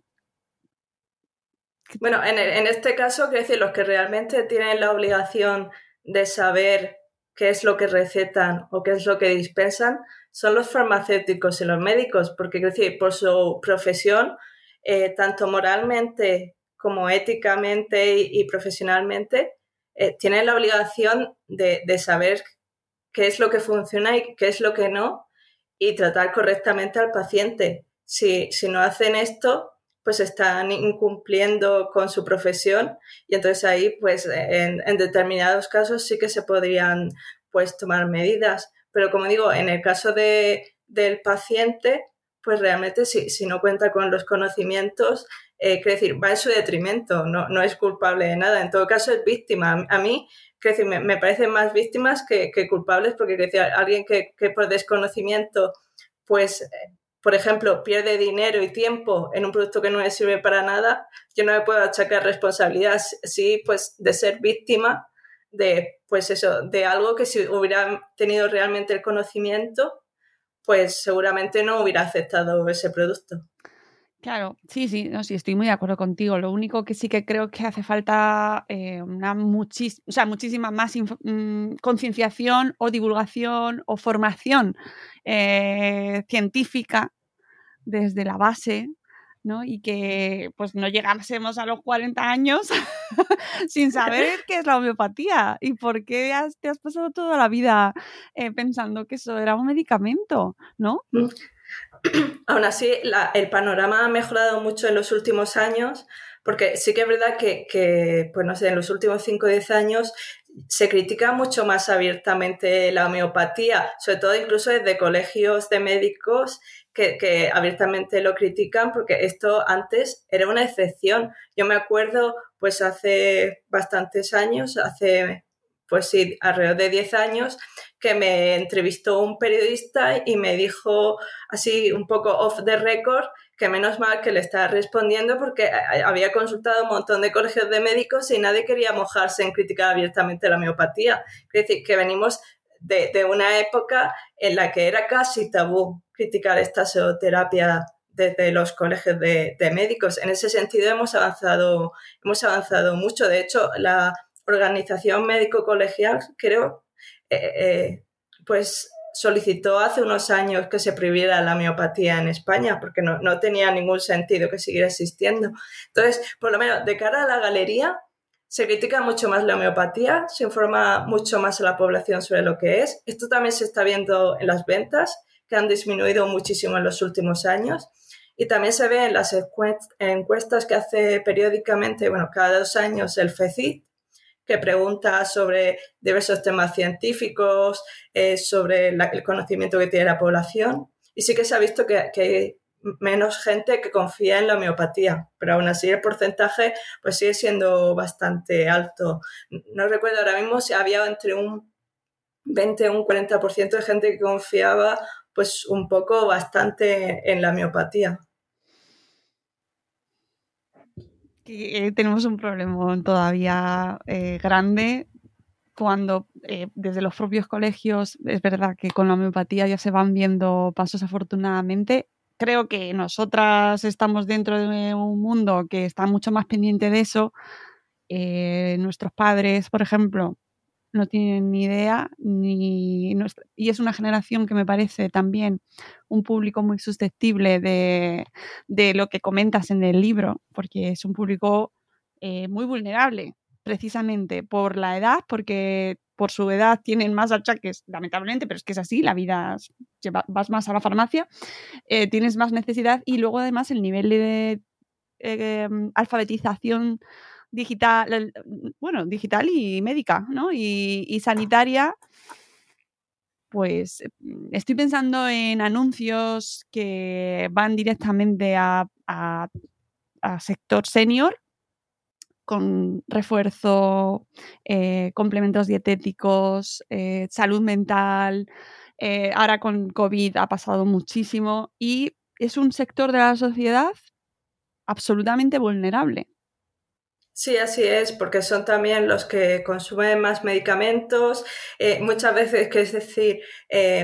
Bueno, en, en este caso, quiero decir, los que realmente tienen la obligación de saber qué es lo que recetan o qué es lo que dispensan son los farmacéuticos y los médicos, porque quiero decir, por su profesión, eh, tanto moralmente como éticamente y, y profesionalmente, eh, tienen la obligación de, de saber qué es lo que funciona y qué es lo que no, y tratar correctamente al paciente. Si, si no hacen esto, pues están incumpliendo con su profesión, y entonces ahí, pues en, en determinados casos sí que se podrían, pues, tomar medidas. Pero como digo, en el caso de, del paciente, pues realmente si, si no cuenta con los conocimientos, eh, quiero decir, va en su detrimento, no, no es culpable de nada. En todo caso es víctima. A mí, quiero decir, me, me parecen más víctimas que, que culpables, porque quiero decir, alguien que, que por desconocimiento, pues, por ejemplo, pierde dinero y tiempo en un producto que no le sirve para nada, yo no me puedo achacar responsabilidad, sí, pues, de ser víctima de, pues eso, de algo que si hubiera tenido realmente el conocimiento, pues seguramente no hubiera aceptado ese producto. Claro, sí, sí, no, sí, estoy muy de acuerdo contigo. Lo único que sí que creo que hace falta eh, una muchis, o sea, muchísima más inf- mmm, concienciación o divulgación o formación eh, científica desde la base, ¿no? Y que pues no llegásemos a los cuarenta años sin saber qué es la homeopatía y por qué has, te has pasado toda la vida eh, pensando que eso era un medicamento, ¿no? Mm. Aún así, la, el panorama ha mejorado mucho en los últimos años, porque sí que es verdad que, que pues no sé, en los últimos cinco o diez años se critica mucho más abiertamente la homeopatía, sobre todo incluso desde colegios de médicos que, que abiertamente lo critican, porque esto antes era una excepción. Yo me acuerdo, pues hace bastantes años, hace, pues sí, alrededor de diez años, que me entrevistó un periodista y me dijo así un poco off the record que menos mal que le estaba respondiendo, porque había consultado un montón de colegios de médicos y nadie quería mojarse en criticar abiertamente la homeopatía. Es decir, que venimos de, de una época en la que era casi tabú criticar esta zooterapia desde los colegios de, de médicos. En ese sentido hemos avanzado, hemos avanzado mucho. De hecho, la Organización Médico Colegial, creo, eh, eh, pues solicitó hace unos años que se prohibiera la homeopatía en España, porque no, no tenía ningún sentido que siguiera existiendo. Entonces, por lo menos de cara a la galería, se critica mucho más la homeopatía, se informa mucho más a la población sobre lo que es. Esto también se está viendo en las ventas, que han disminuido muchísimo en los últimos años. Y también se ve en las encuestas que hace periódicamente, bueno, cada dos años el F E C I T, que pregunta sobre diversos temas científicos, eh, sobre la, el conocimiento que tiene la población. Y sí que se ha visto que, que hay menos gente que confía en la homeopatía, pero aún así el porcentaje pues sigue siendo bastante alto. No recuerdo ahora mismo si había entre un veinte o un cuarenta por ciento de gente que confiaba pues un poco bastante en la homeopatía. Que eh, tenemos un problema todavía eh, grande cuando eh, desde los propios colegios, es verdad que con la homeopatía ya se van viendo pasos afortunadamente. Creo que nosotras estamos dentro de un mundo que está mucho más pendiente de eso. Eh, nuestros padres, por ejemplo, no tienen ni idea, ni nuestra, y es una generación que me parece también un público muy susceptible de, de lo que comentas en el libro, porque es un público eh, muy vulnerable, precisamente por la edad, porque por su edad tienen más achaques, lamentablemente, pero es que es así, la vida, vas más a la farmacia, eh, tienes más necesidad, y luego además el nivel de eh, alfabetización digital, bueno, digital y médica, ¿no? Y, y sanitaria, pues estoy pensando en anuncios que van directamente a, a, a sector senior, con refuerzo, eh, complementos dietéticos, eh, salud mental. Eh, ahora con COVID ha pasado muchísimo y es un sector de la sociedad absolutamente vulnerable. Sí, así es, porque son también los que consumen más medicamentos, eh, muchas veces, que es decir, eh,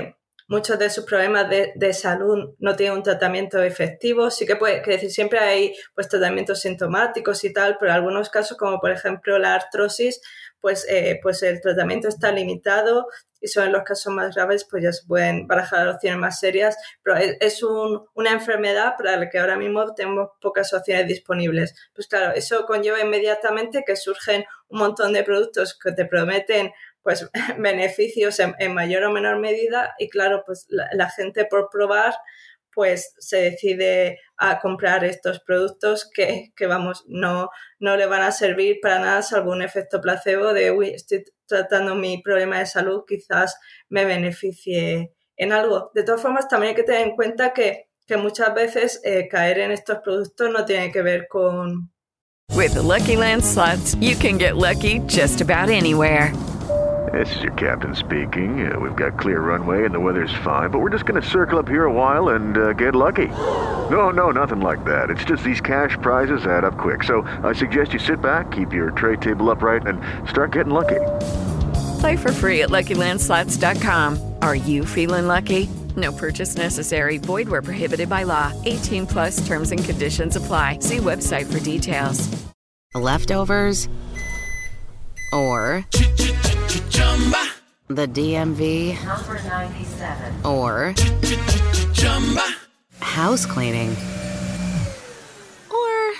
muchos de sus problemas de, de salud no tienen un tratamiento efectivo. Sí que puede, que decir, siempre hay pues tratamientos sintomáticos y tal, pero en algunos casos, como por ejemplo la artrosis, pues, eh, pues el tratamiento está limitado y son en los casos más graves, pues ya se pueden barajar opciones más serias, pero es, es un, una enfermedad para la que ahora mismo tenemos pocas opciones disponibles. Pues claro, eso conlleva inmediatamente que surgen un montón de productos que te prometen pues beneficios en, en mayor o menor medida y claro, pues la, la gente por probar pues se decide a comprar estos productos que, que vamos, no, no le van a servir para nada salvo un efecto placebo de uy, estoy tratando mi problema de salud, quizás me beneficie en algo. De todas formas, también hay que tener en cuenta que, que muchas veces eh, caer en estos productos no tiene que ver con... With the Lucky Land Slots, you can get lucky just about anywhere. This is your captain speaking. Uh, we've got clear runway and the weather's fine, but we're just going to circle up here a while and uh, get lucky. No, no, nothing like that. It's just these cash prizes add up quick. So I suggest you sit back, keep your tray table upright, and start getting lucky. Play for free at Lucky Land Slots dot com. Are you feeling lucky? No purchase necessary. Void where prohibited by law. eighteen plus terms and conditions apply. See website for details. Leftovers or the D M V Number ninety-seven. Or house cleaning or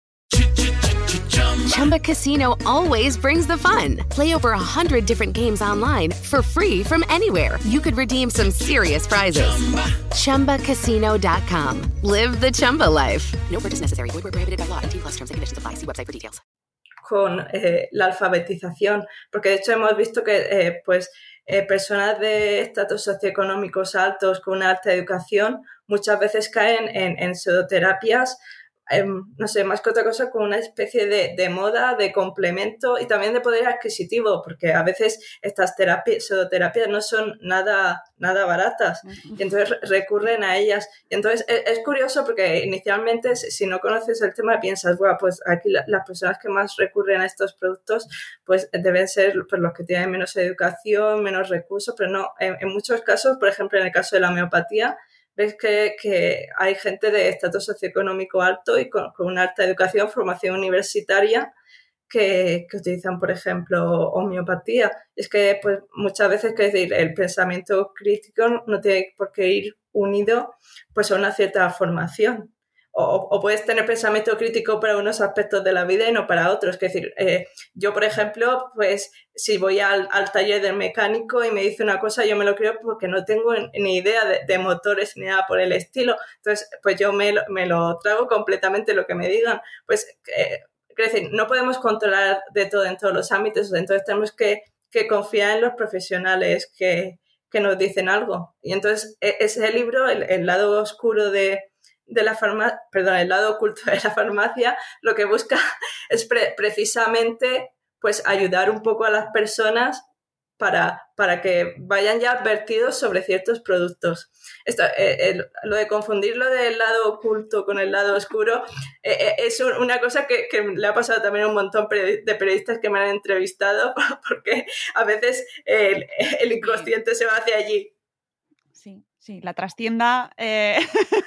Chumba Casino always brings the fun. Play over a hundred different games online for free from anywhere. You could redeem some serious prizes. Chumba Casino dot com. Live the Chumba life. No purchase necessary. Void where prohibited by law. eighteen plus terms and conditions apply. See website for details. Con eh, la alfabetización, porque de hecho hemos visto que eh, pues eh, personas de estatus socioeconómicos altos con una alta educación muchas veces caen en, en pseudoterapias, eh, no sé, más que otra cosa, con una especie de, de moda, de complemento y también de poder adquisitivo, porque a veces estas terapias, pseudoterapias no son nada, nada baratas y entonces recurren a ellas. Y entonces es, es curioso porque inicialmente si no conoces el tema piensas, bueno, pues aquí la, las personas que más recurren a estos productos pues deben ser pues, los que tienen menos educación, menos recursos, pero no, en, en muchos casos, por ejemplo en el caso de la homeopatía, ves que, que hay gente de estatus socioeconómico alto y con, con una alta educación, formación universitaria, que, que utilizan, por ejemplo, homeopatía. Es que pues muchas veces, que decir, el pensamiento crítico no tiene por qué ir unido pues a una cierta formación. O, o puedes tener pensamiento crítico para unos aspectos de la vida y no para otros. Es decir, eh, yo, por ejemplo, pues si voy al, al taller del mecánico y me dice una cosa, yo me lo creo porque no tengo ni idea de, de motores ni nada por el estilo. Entonces, pues yo me, me lo trago completamente lo que me digan. Pues, eh, es decir, no podemos controlar de todo en todos los ámbitos. Entonces, tenemos que, que confiar en los profesionales que, que nos dicen algo. Y entonces, ese libro, el, el lado oscuro de... de la farmacia, perdón, el lado oculto de la farmacia, lo que busca es pre- precisamente pues ayudar un poco a las personas para, para que vayan ya advertidos sobre ciertos productos. Esto, eh, el, lo de confundir lo del lado oculto con el lado oscuro eh, eh, es un, una cosa que, que le ha pasado también a un montón de periodistas que me han entrevistado porque a veces el, el inconsciente se va hacia allí. Sí. Sí, la trastienda eh,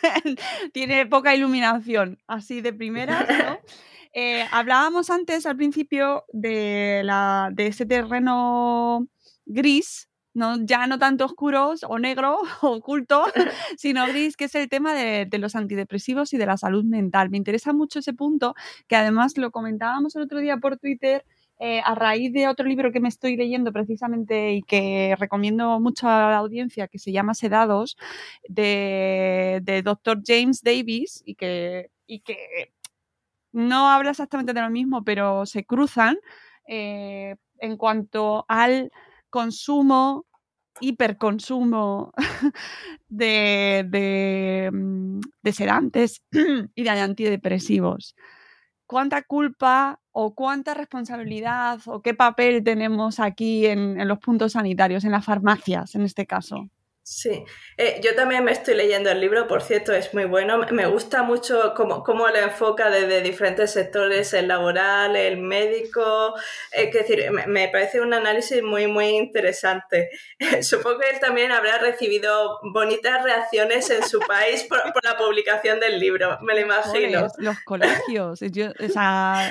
tiene poca iluminación, así de primeras, ¿no? Eh, hablábamos antes, al principio, de, la, de ese terreno gris, ¿no? Ya no tanto oscuro o negro o oculto, sino gris, que es el tema de, de los antidepresivos y de la salud mental. Me interesa mucho ese punto, que además lo comentábamos el otro día por Twitter, Eh, a raíz de otro libro que me estoy leyendo precisamente y que recomiendo mucho a la audiencia, que se llama Sedados, de, de doctor James Davis, y que, y que no habla exactamente de lo mismo, pero se cruzan eh, en cuanto al consumo, hiperconsumo de, de, de sedantes y de antidepresivos. ¿Cuánta culpa o cuánta responsabilidad o qué papel tenemos aquí en, en los puntos sanitarios, en las farmacias en este caso? Sí, eh, yo también me estoy leyendo el libro, por cierto, es muy bueno. Me gusta mucho cómo, cómo lo enfoca desde diferentes sectores, el laboral, el médico. Es decir, me, me parece un análisis muy, muy interesante. Supongo que él también habrá recibido bonitas reacciones en su país por, por la publicación del libro, me lo imagino. Los, los colegios, yo, o sea,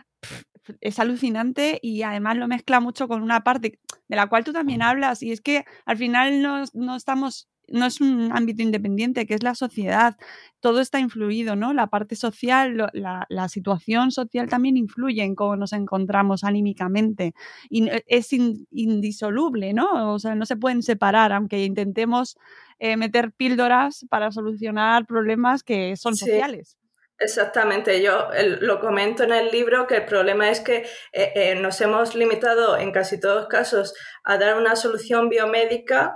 es alucinante y además lo mezcla mucho con una parte de la cual tú también hablas, y es que al final no, no estamos, no es un ámbito independiente, que es la sociedad, todo está influido, ¿no? La parte social, la, la situación social también influye en cómo nos encontramos anímicamente y es in, indisoluble, ¿no? O sea, no se pueden separar, aunque intentemos eh, meter píldoras para solucionar problemas que son Sí. sociales. Exactamente, yo el, lo comento en el libro que el problema es que eh, eh, nos hemos limitado en casi todos los casos a dar una solución biomédica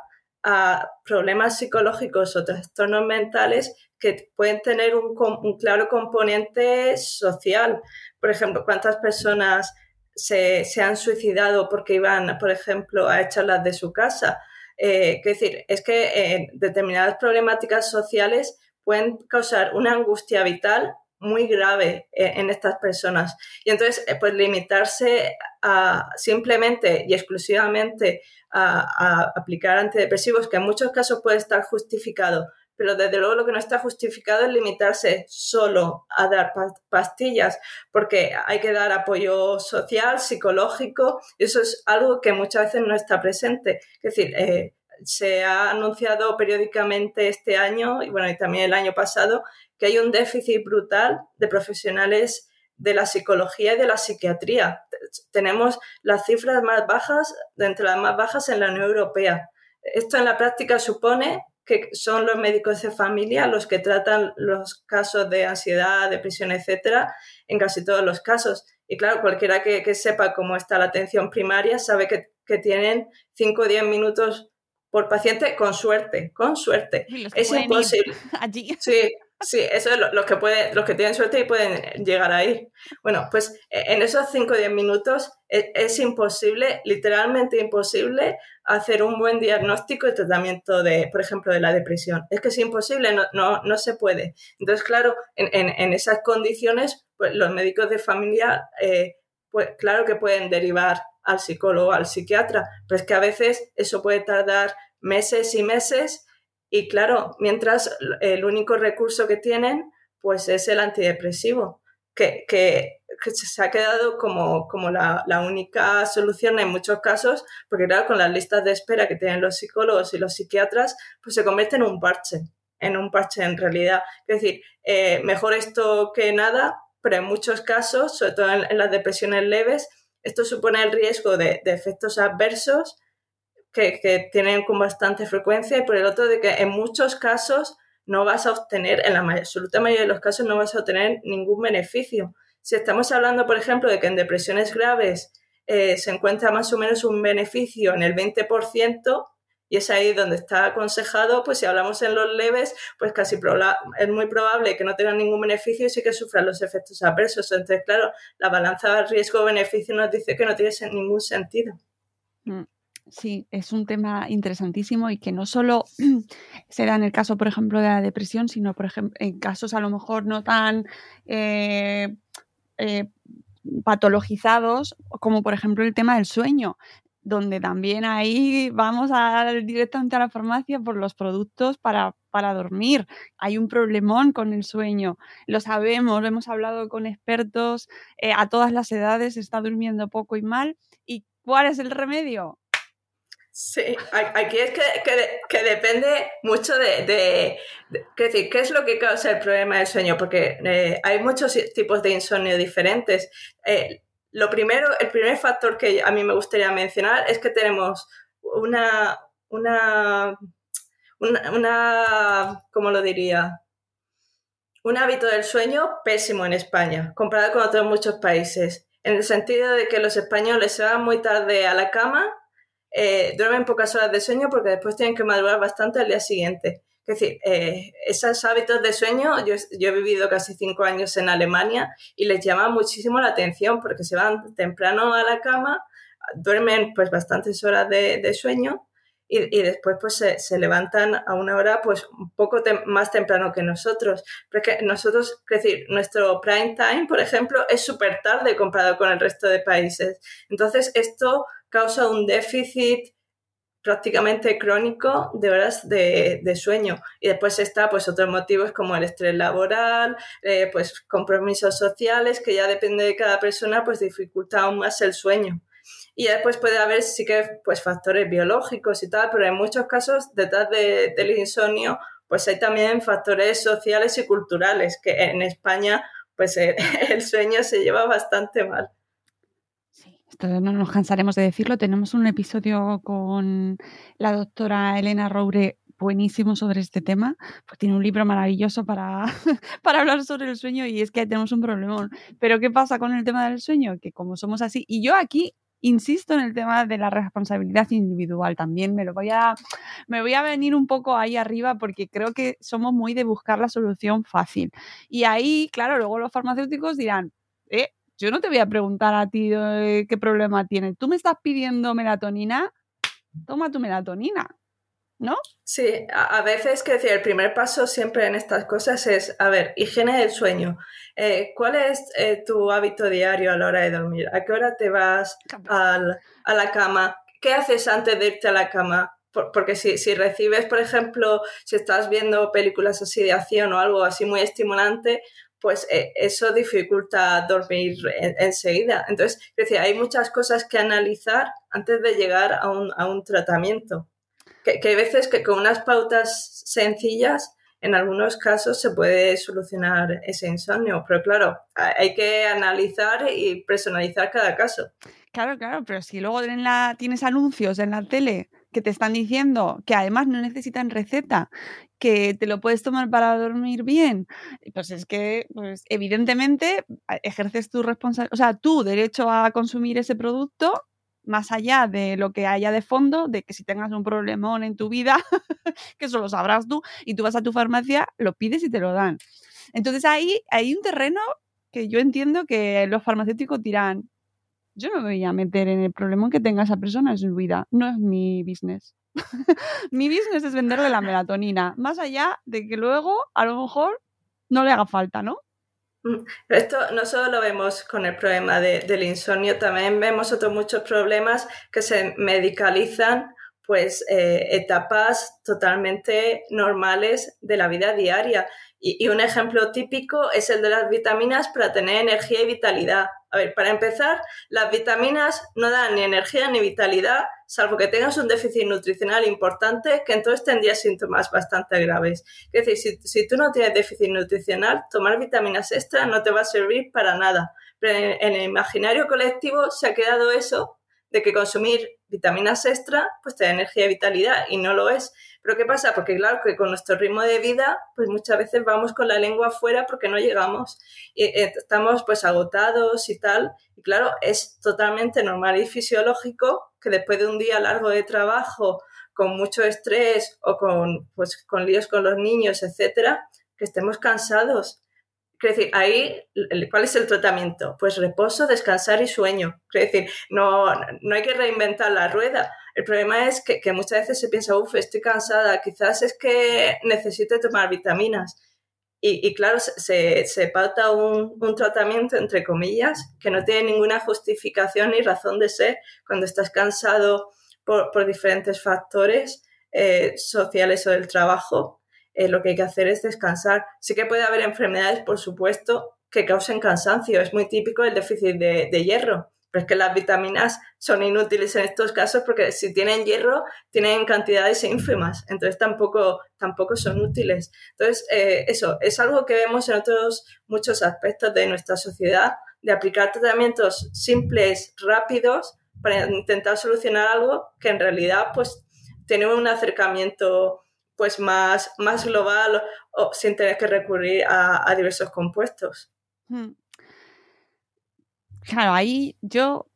a problemas psicológicos o trastornos mentales que pueden tener un, un claro componente social. Por ejemplo, ¿cuántas personas se, se han suicidado porque iban, por ejemplo, a echarlas de su casa? Eh, es decir, es que eh, determinadas problemáticas sociales pueden causar una angustia vital muy grave en estas personas. Y entonces, pues limitarse a simplemente y exclusivamente a, a aplicar antidepresivos, que en muchos casos puede estar justificado, pero desde luego lo que no está justificado es limitarse solo a dar pastillas, porque hay que dar apoyo social, psicológico, y eso es algo que muchas veces no está presente. Es decir, eh, se ha anunciado periódicamente este año y bueno y también el año pasado que hay un déficit brutal de profesionales de la psicología y de la psiquiatría. Tenemos las cifras más bajas, de entre las más bajas en la Unión Europea. Esto en la práctica supone que son los médicos de familia los que tratan los casos de ansiedad, depresión, etcétera, en casi todos los casos. Y claro, cualquiera que, que sepa cómo está la atención primaria sabe que, que tienen cinco o diez minutos por paciente, con suerte, con suerte. Es imposible. Allí. Sí, sí, eso es lo, los que pueden, los que tienen suerte y pueden llegar a ir. Bueno, pues en esos cinco o diez minutos es, es imposible, literalmente imposible, hacer un buen diagnóstico y tratamiento de, por ejemplo, de la depresión. Es que es imposible, no, no, no se puede. Entonces, claro, en, en, en esas condiciones, pues los médicos de familia, eh, pues claro que pueden derivar al psicólogo, al psiquiatra, pero es que a veces eso puede tardar meses y meses y claro, mientras el único recurso que tienen pues es el antidepresivo, que, que, que se ha quedado como, como la, la única solución en muchos casos, porque claro, con las listas de espera que tienen los psicólogos y los psiquiatras, pues se convierte en un parche, en un parche en realidad. Es decir, eh, mejor esto que nada, pero en muchos casos, sobre todo en, en las depresiones leves, esto supone el riesgo de, de efectos adversos que, que tienen con bastante frecuencia y por el otro de que en muchos casos no vas a obtener, en la absoluta mayoría de los casos no vas a obtener ningún beneficio. Si estamos hablando, por ejemplo, de que en depresiones graves eh, se encuentra más o menos un beneficio en el veinte por ciento y es ahí donde está aconsejado, pues si hablamos en los leves, pues casi proba- es muy probable que no tengan ningún beneficio y sí que sufran los efectos adversos. Entonces, claro, la balanza riesgo-beneficio nos dice que no tiene ningún sentido. Sí, es un tema interesantísimo y que no solo se da en el caso, por ejemplo, de la depresión, sino, por ejemplo, en casos a lo mejor no tan eh, eh, patologizados, como por ejemplo el tema del sueño, donde también ahí vamos a, directamente a la farmacia por los productos para, para dormir. Hay un problemón con el sueño, lo sabemos, lo hemos hablado con expertos, eh, a todas las edades se está durmiendo poco y mal. ¿Y cuál es el remedio? Sí, aquí es que, que, que depende mucho de, de, de es decir, qué es lo que causa el problema del sueño, porque eh, hay muchos tipos de insomnio diferentes. Eh, lo primero, el primer factor que a mí me gustaría mencionar es que tenemos una, una, una, una ¿cómo lo diría? Un hábito del sueño pésimo en España, comparado con otros muchos países, en el sentido de que los españoles se van muy tarde a la cama, Eh, duermen pocas horas de sueño porque después tienen que madrugar bastante al día siguiente. Es decir, eh, esos hábitos de sueño, yo, yo he vivido casi cinco años en Alemania y les llama muchísimo la atención porque se van temprano a la cama, duermen pues bastantes horas de, de sueño y, y después pues se, se levantan a una hora pues un poco tem- más temprano que nosotros. Porque nosotros, es decir, nuestro prime time, por ejemplo, es súper tarde comparado con el resto de países. Entonces, esto causa un déficit prácticamente crónico de horas de, de sueño. Y después está pues otros motivos como el estrés laboral, eh, pues compromisos sociales, que ya depende de cada persona, pues dificulta aún más el sueño. Y después puede haber sí que pues factores biológicos y tal, pero en muchos casos detrás de, del insomnio pues hay también factores sociales y culturales, que en España pues el, el sueño se lleva bastante mal. Esto no nos cansaremos de decirlo. Tenemos un episodio con la doctora Elena Roure buenísimo sobre este tema, pues tiene un libro maravilloso para, para hablar sobre el sueño y es que tenemos un problemón. Pero ¿qué pasa con el tema del sueño? Que como somos así, y yo aquí insisto en el tema de la responsabilidad individual también, me lo voy a, me voy a venir un poco ahí arriba porque creo que somos muy de buscar la solución fácil. Y ahí, claro, luego los farmacéuticos dirán, eh, yo no te voy a preguntar a ti eh, qué problema tienes. Tú me estás pidiendo melatonina, toma tu melatonina, ¿no? Sí, a, a veces, que decir, el primer paso siempre en estas cosas es, a ver, higiene del sueño. Eh, ¿Cuál es eh, tu hábito diario a la hora de dormir? ¿A qué hora te vas al, a la cama? ¿Qué haces antes de irte a la cama? Por, porque si, si recibes, por ejemplo, si estás viendo películas así de acción o algo así muy estimulante, pues eh, eso dificulta dormir en, enseguida. Entonces, es decir, hay muchas cosas que analizar antes de llegar a un, a un tratamiento. Que, que hay veces que con unas pautas sencillas, en algunos casos se puede solucionar ese insomnio. Pero claro, hay que analizar y personalizar cada caso. Claro, claro, pero si luego en la, tienes anuncios en la tele que te están diciendo que además no necesitan receta, que te lo puedes tomar para dormir bien, pues es que pues evidentemente ejerces tu responsabilidad, o sea, tu derecho a consumir ese producto más allá de lo que haya de fondo, de que si tengas un problemón en tu vida, que eso lo sabrás tú, y tú vas a tu farmacia, lo pides y te lo dan. Entonces ahí hay un terreno que yo entiendo que los farmacéuticos dirán, yo no me voy a meter en el problemón que tenga esa persona en su vida, no es mi business. Mi business es venderle la melatonina, más allá de que luego a lo mejor no le haga falta, ¿no? Esto no solo lo vemos con el problema de, del insomnio, también vemos otros muchos problemas que se medicalizan, pues eh, etapas totalmente normales de la vida diaria. Y, y un ejemplo típico es el de las vitaminas para tener energía y vitalidad. A ver, para empezar, las vitaminas no dan ni energía ni vitalidad, salvo que tengas un déficit nutricional importante, que entonces tendrías síntomas bastante graves. Es decir, si, si tú no tienes déficit nutricional, tomar vitaminas extra no te va a servir para nada. Pero en, en el imaginario colectivo se ha quedado eso de que consumir vitaminas extra pues te da energía y vitalidad, y no lo es. ¿Pero qué pasa? Porque claro, que con nuestro ritmo de vida pues muchas veces vamos con la lengua afuera porque no llegamos y estamos pues agotados y tal, y claro, es totalmente normal y fisiológico que después de un día largo de trabajo con mucho estrés o con, pues, con líos con los niños, etcétera, que estemos cansados. Es decir, ahí, ¿cuál es el tratamiento? Pues reposo, descansar y sueño. Es decir, no, no hay que reinventar la rueda. El problema es que, que muchas veces se piensa, uff, estoy cansada, quizás es que necesite tomar vitaminas. Y, y claro, se, se pauta un, un tratamiento, entre comillas, que no tiene ninguna justificación ni razón de ser cuando estás cansado por, por diferentes factores eh, sociales o del trabajo. Eh, lo que hay que hacer es descansar. Sí que puede haber enfermedades, por supuesto, que causen cansancio. Es muy típico el déficit de, de hierro, pero es que las vitaminas son inútiles en estos casos porque si tienen hierro, tienen cantidades ínfimas, entonces tampoco, tampoco son útiles. Entonces, eh, eso es algo que vemos en otros muchos aspectos de nuestra sociedad, de aplicar tratamientos simples, rápidos, para intentar solucionar algo que en realidad pues tiene un acercamiento pues más, más global o, o sin tener que recurrir a, a diversos compuestos. Hmm. Claro, ahí yo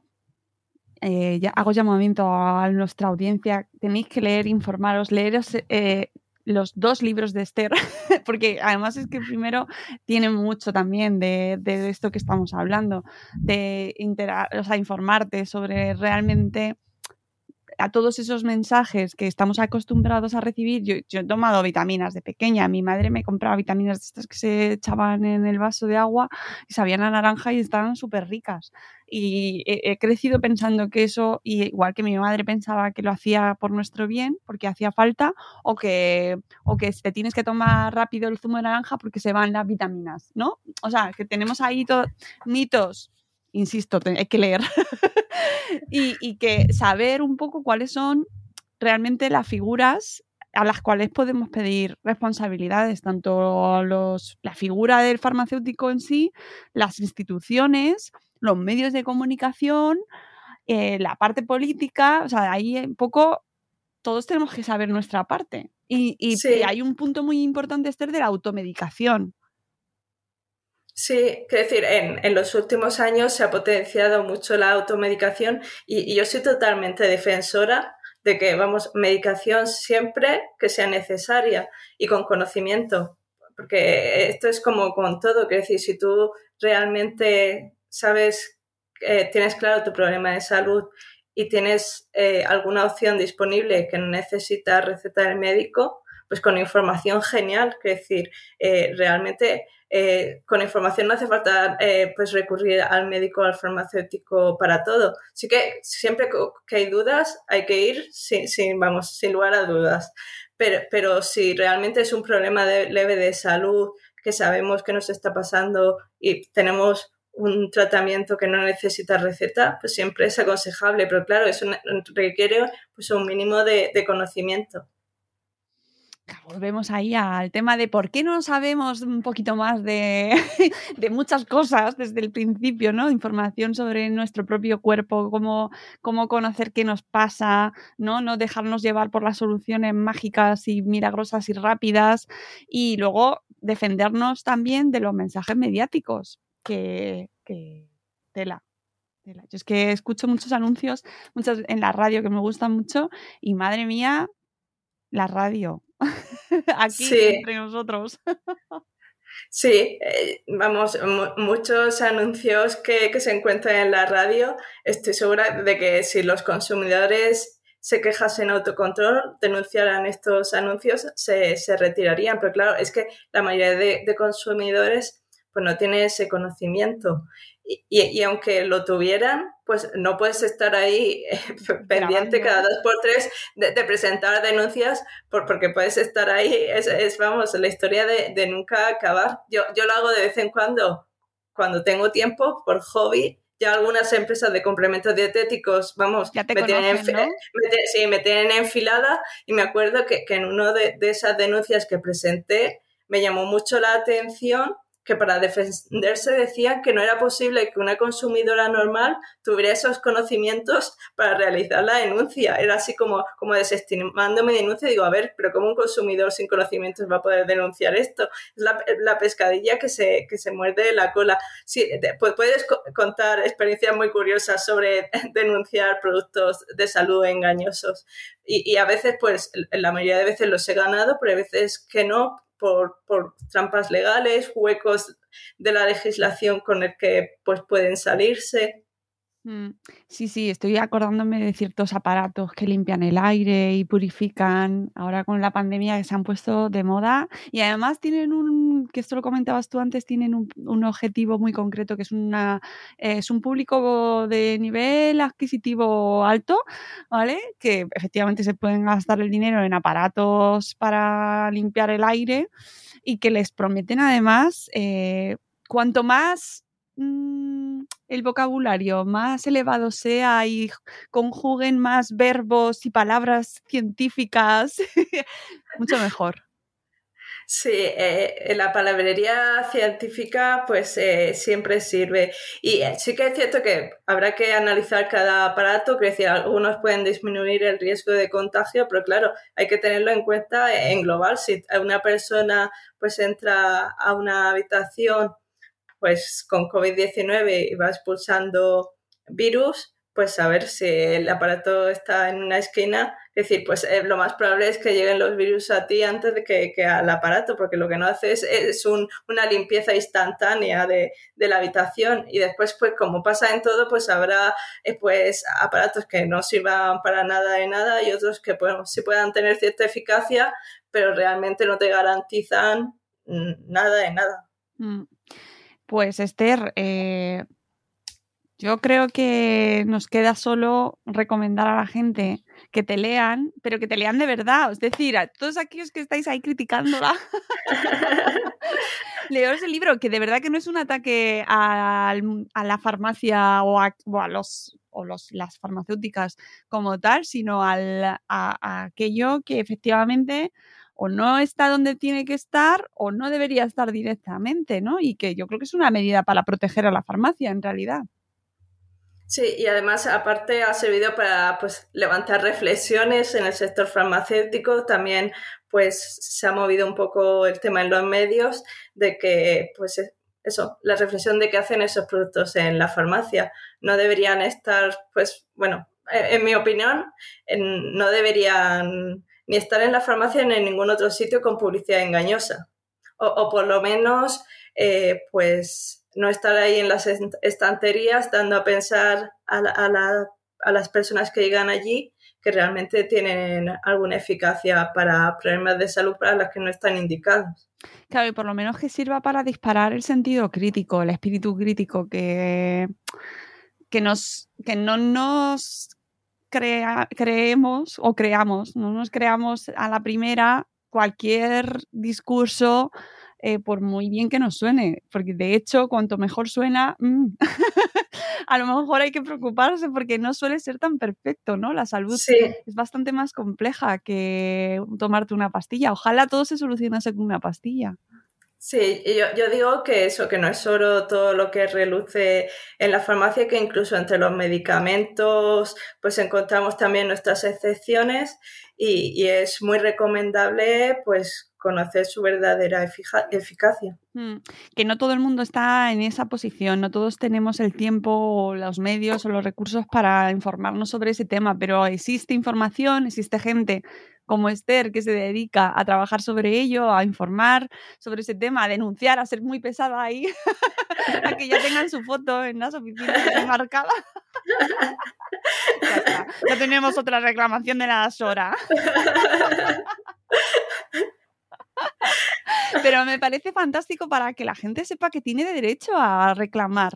eh, ya hago llamamiento a nuestra audiencia. Tenéis que leer, informaros, leeros eh, los dos libros de Esther, porque además es que primero tiene mucho también de, de esto que estamos hablando, de intera- o sea, informarte sobre realmente a todos esos mensajes que estamos acostumbrados a recibir. Yo, yo he tomado vitaminas de pequeña, mi madre me compraba vitaminas de estas que se echaban en el vaso de agua y sabían a naranja y estaban súper ricas. Y he, he crecido pensando que eso, y igual que mi madre pensaba que lo hacía por nuestro bien, porque hacía falta, o que, o que te tienes que tomar rápido el zumo de naranja porque se van las vitaminas, ¿no? O sea, que tenemos ahí todos mitos. Insisto, hay que leer y, y que saber un poco cuáles son realmente las figuras a las cuales podemos pedir responsabilidades, tanto los, la figura del farmacéutico en sí, las instituciones, los medios de comunicación, eh, la parte política, o sea, ahí un poco todos tenemos que saber nuestra parte. Y, y, sí. y hay un punto muy importante, Esther, de la automedicación. Sí, quiero decir, en, en los últimos años se ha potenciado mucho la automedicación y, y yo soy totalmente defensora de que, vamos, medicación siempre que sea necesaria y con conocimiento, porque esto es como con todo, quiero decir, si tú realmente sabes, eh, tienes claro tu problema de salud y tienes eh, alguna opción disponible que no necesita receta del médico, pues con información genial, quiero decir, eh, realmente... Eh, con información no hace falta eh, pues recurrir al médico o al farmacéutico para todo. Sí que siempre que hay dudas hay que ir sin, sin, vamos, sin lugar a dudas. Pero, pero si realmente es un problema de, leve de salud, que sabemos que nos está pasando y tenemos un tratamiento que no necesita receta, pues siempre es aconsejable. Pero claro, eso requiere pues, un mínimo de, de conocimiento. Volvemos ahí al tema de por qué no sabemos un poquito más de, de muchas cosas desde el principio, ¿no? Información sobre nuestro propio cuerpo, cómo, cómo conocer qué nos pasa, ¿no? No dejarnos llevar por las soluciones mágicas y milagrosas y rápidas, y luego defendernos también de los mensajes mediáticos, que, que tela. tela. Yo es que escucho muchos anuncios, muchos en la radio que me gustan mucho, y madre mía, la radio. Aquí sí. Entre nosotros. Sí, eh, vamos, m- muchos anuncios que, que se encuentran en la radio, estoy segura de que si los consumidores se quejasen autocontrol, denunciaran estos anuncios, se, se retirarían. Pero claro, es que la mayoría de, de consumidores pues no tiene ese conocimiento. Y, y, y aunque lo tuvieran, pues no puedes estar ahí eh, pendiente cada dos por tres de, de presentar denuncias por, porque puedes estar ahí, es, es vamos, la historia de, de nunca acabar. Yo, yo lo hago de vez en cuando, cuando tengo tiempo, por hobby. Ya algunas empresas de complementos dietéticos, vamos, ya te me, conocen, tienen, ¿no? me, sí, me tienen enfilada y me acuerdo que, que en una de, de esas denuncias que presenté me llamó mucho la atención que para defenderse decía que no era posible que una consumidora normal tuviera esos conocimientos para realizar la denuncia. Era así como, como desestimando mi denuncia. Digo, a ver, pero ¿cómo un consumidor sin conocimientos va a poder denunciar esto? Es la, la pescadilla que se, que se muerde la cola. Sí, pues puedes contar experiencias muy curiosas sobre denunciar productos de salud engañosos. Y, y a veces, pues, la mayoría de veces los he ganado, pero hay veces que no, Por, por trampas legales, huecos de la legislación con el que pues pueden salirse. Sí, sí, estoy acordándome de ciertos aparatos que limpian el aire y purifican ahora con la pandemia, que se han puesto de moda y además tienen un, que esto lo comentabas tú antes, tienen un, un objetivo muy concreto, que es, una, eh, es un público de nivel adquisitivo alto, ¿vale? Que efectivamente se pueden gastar el dinero en aparatos para limpiar el aire y que les prometen además, eh, cuanto más mmm, el vocabulario más elevado sea y conjuguen más verbos y palabras científicas, mucho mejor. Sí, eh, la palabrería científica pues eh, siempre sirve. Y eh, sí que es cierto que habrá que analizar cada aparato, que decir, algunos pueden disminuir el riesgo de contagio, pero claro, hay que tenerlo en cuenta en global. Si una persona pues entra a una habitación pues con covid diecinueve y va expulsando virus, pues saber si el aparato está en una esquina, es decir, pues eh, lo más probable es que lleguen los virus a ti antes de que, que al aparato, porque lo que no hace es, es un, una limpieza instantánea de, de la habitación, y después, pues como pasa en todo, pues habrá eh, pues aparatos que no sirvan para nada de nada y otros que pues, sí puedan tener cierta eficacia, pero realmente no te garantizan nada de nada. Pues Esther, eh, yo creo que nos queda solo recomendar a la gente que te lean, pero que te lean de verdad. Es decir, a todos aquellos que estáis ahí criticándola, leeros el libro, que de verdad que no es un ataque a, a la farmacia o a, o a los o los, las farmacéuticas como tal, sino al, a, a aquello que efectivamente o no está donde tiene que estar o no debería estar directamente, ¿no? Y que yo creo que es una medida para proteger a la farmacia, en realidad. Sí, y además, aparte, ha servido para pues, levantar reflexiones en el sector farmacéutico. También pues, se ha movido un poco el tema en los medios de que, pues eso, la reflexión de qué hacen esos productos en la farmacia. No deberían estar, pues, bueno, en, en mi opinión, en, no deberían ni estar en la farmacia ni en ningún otro sitio con publicidad engañosa. O, o por lo menos, eh, pues... no estar ahí en las estanterías dando a pensar a, la, a, la, a las personas que llegan allí que realmente tienen alguna eficacia para problemas de salud para los que no están indicados. Claro, y por lo menos que sirva para disparar el sentido crítico, el espíritu crítico, que, que, nos, que no nos crea, creemos o creamos, no nos creamos a la primera cualquier discurso Eh, por muy bien que nos suene, porque de hecho cuanto mejor suena, mmm, a lo mejor hay que preocuparse porque no suele ser tan perfecto, ¿no? La salud sí. es bastante más compleja que tomarte una pastilla. Ojalá todo se solucionase con una pastilla. Sí, yo, yo digo que eso, que no es oro todo lo que reluce en la farmacia, que incluso entre los medicamentos pues encontramos también nuestras excepciones y, y es muy recomendable pues conocer su verdadera efica- eficacia. Mm, que no todo el mundo está en esa posición, no todos tenemos el tiempo o los medios o los recursos para informarnos sobre ese tema, pero existe información, existe gente como Esther que se dedica a trabajar sobre ello, a informar sobre ese tema, a denunciar, a ser muy pesada ahí, a que ya tengan su foto en las oficinas marcada. Ya está, ya tenemos otra reclamación de la Sora. Pero me parece fantástico para que la gente sepa que tiene derecho a reclamar.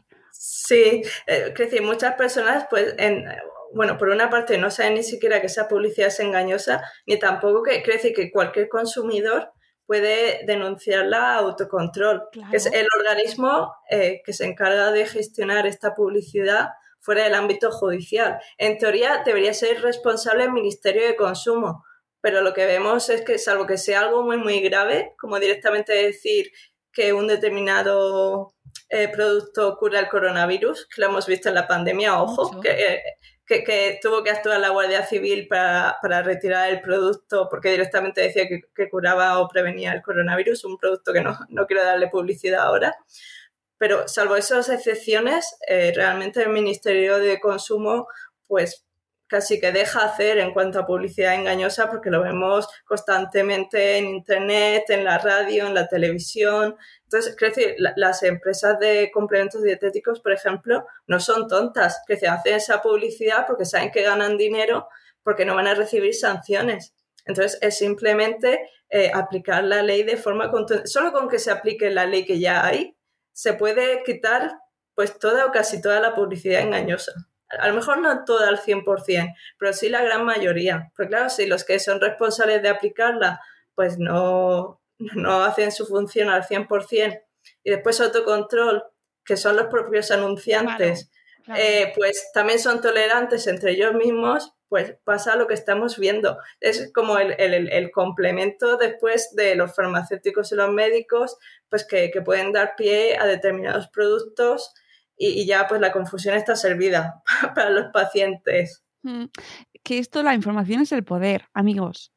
Sí, eh, es decir, muchas personas, pues, en, bueno, por una parte no saben ni siquiera que esa publicidad es engañosa, ni tampoco que, quiere decir que cualquier consumidor puede denunciarla a Autocontrol, claro. Que es el organismo eh, que se encarga de gestionar esta publicidad fuera del ámbito judicial. En teoría debería ser responsable el Ministerio de Consumo, pero lo que vemos es que, salvo que sea algo muy, muy grave, como directamente decir que un determinado eh, producto cura el coronavirus, que lo hemos visto en la pandemia, ojo, que, eh, que, que tuvo que actuar la Guardia Civil para, para retirar el producto porque directamente decía que, que curaba o prevenía el coronavirus, un producto que no, no quiero darle publicidad ahora. Pero salvo esas excepciones, eh, realmente el Ministerio de Consumo, pues, casi que deja hacer en cuanto a publicidad engañosa porque lo vemos constantemente en internet, en la radio, en la televisión. Entonces, quiero decir, la, las empresas de complementos dietéticos, por ejemplo, no son tontas, que se hacen esa publicidad porque saben que ganan dinero porque no van a recibir sanciones. Entonces, es simplemente eh, aplicar la ley de forma contundente. Solo con que se aplique la ley que ya hay, se puede quitar pues toda o casi toda la publicidad engañosa. A lo mejor no toda al cien por ciento, pero sí la gran mayoría. Porque claro, si los que son responsables de aplicarla pues no, no hacen su función al cien por ciento y después Autocontrol, que son los propios anunciantes, claro, claro. Eh, pues también son tolerantes entre ellos mismos, pues pasa lo que estamos viendo. Es como el, el, el complemento después de los farmacéuticos y los médicos, pues que, que pueden dar pie a determinados productos y ya pues la confusión está servida para los pacientes. Que esto, la información es el poder, amigos.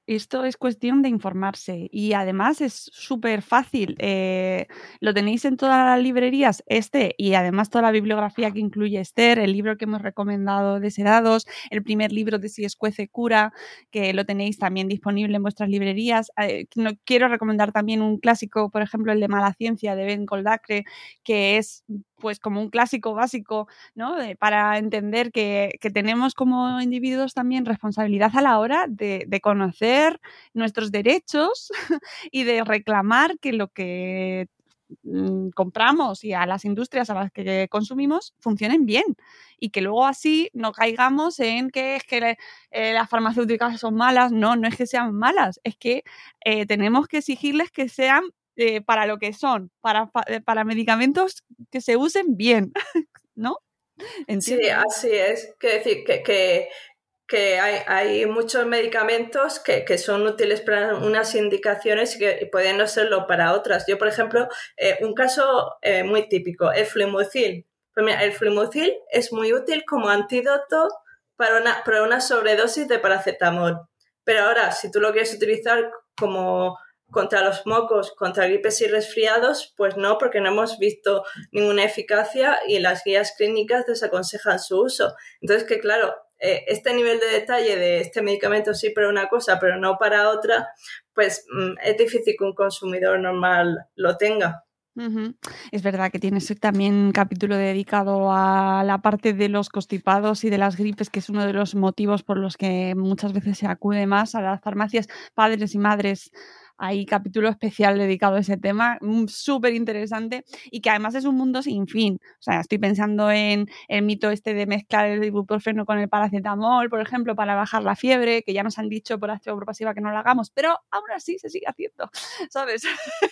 Esto es cuestión de informarse y además es súper fácil. Eh, lo tenéis en todas las librerías, este y además toda la bibliografía que incluye Esther, el libro que hemos recomendado de Sedados, el primer libro de Si escuece cura, que lo tenéis también disponible en vuestras librerías. Eh, no, quiero recomendar también un clásico, por ejemplo, el de Mala Ciencia de Ben Goldacre, que es pues como un clásico básico, ¿no? De, para entender que, que tenemos como individuos también responsabilidad a la hora de, de conocer nuestros derechos y de reclamar que lo que mmm, compramos y a las industrias a las que consumimos funcionen bien y que luego así no caigamos en que es que eh, las farmacéuticas son malas. No, no es que sean malas, es que eh, tenemos que exigirles que sean Eh, para lo que son, para, para medicamentos que se usen bien, ¿no? ¿Entiendes? Sí, así es. Quiero decir que, que, que hay, hay muchos medicamentos que, que son útiles para unas indicaciones y que pueden no serlo para otras. Yo, por ejemplo, eh, un caso eh, muy típico, el fluimucil. Pues mira, el fluimucil es muy útil como antídoto para una, para una sobredosis de paracetamol. Pero ahora, si tú lo quieres utilizar como contra los mocos, contra gripes y resfriados, pues no, porque no hemos visto ninguna eficacia y las guías clínicas desaconsejan su uso. Entonces, que claro, eh, este nivel de detalle de este medicamento sí para una cosa, pero no para otra, pues mm, es difícil que un consumidor normal lo tenga. Uh-huh. Es verdad que tienes también un capítulo dedicado a la parte de los constipados y de las gripes, que es uno de los motivos por los que muchas veces se acude más a las farmacias. Padres y madres, hay capítulo especial dedicado a ese tema, súper interesante y que además es un mundo sin fin. O sea, estoy pensando en el mito este de mezclar el ibuprofeno con el paracetamol, por ejemplo, para bajar la fiebre, que ya nos han dicho por activa o por pasiva que no lo hagamos, pero aún así se sigue haciendo, ¿sabes?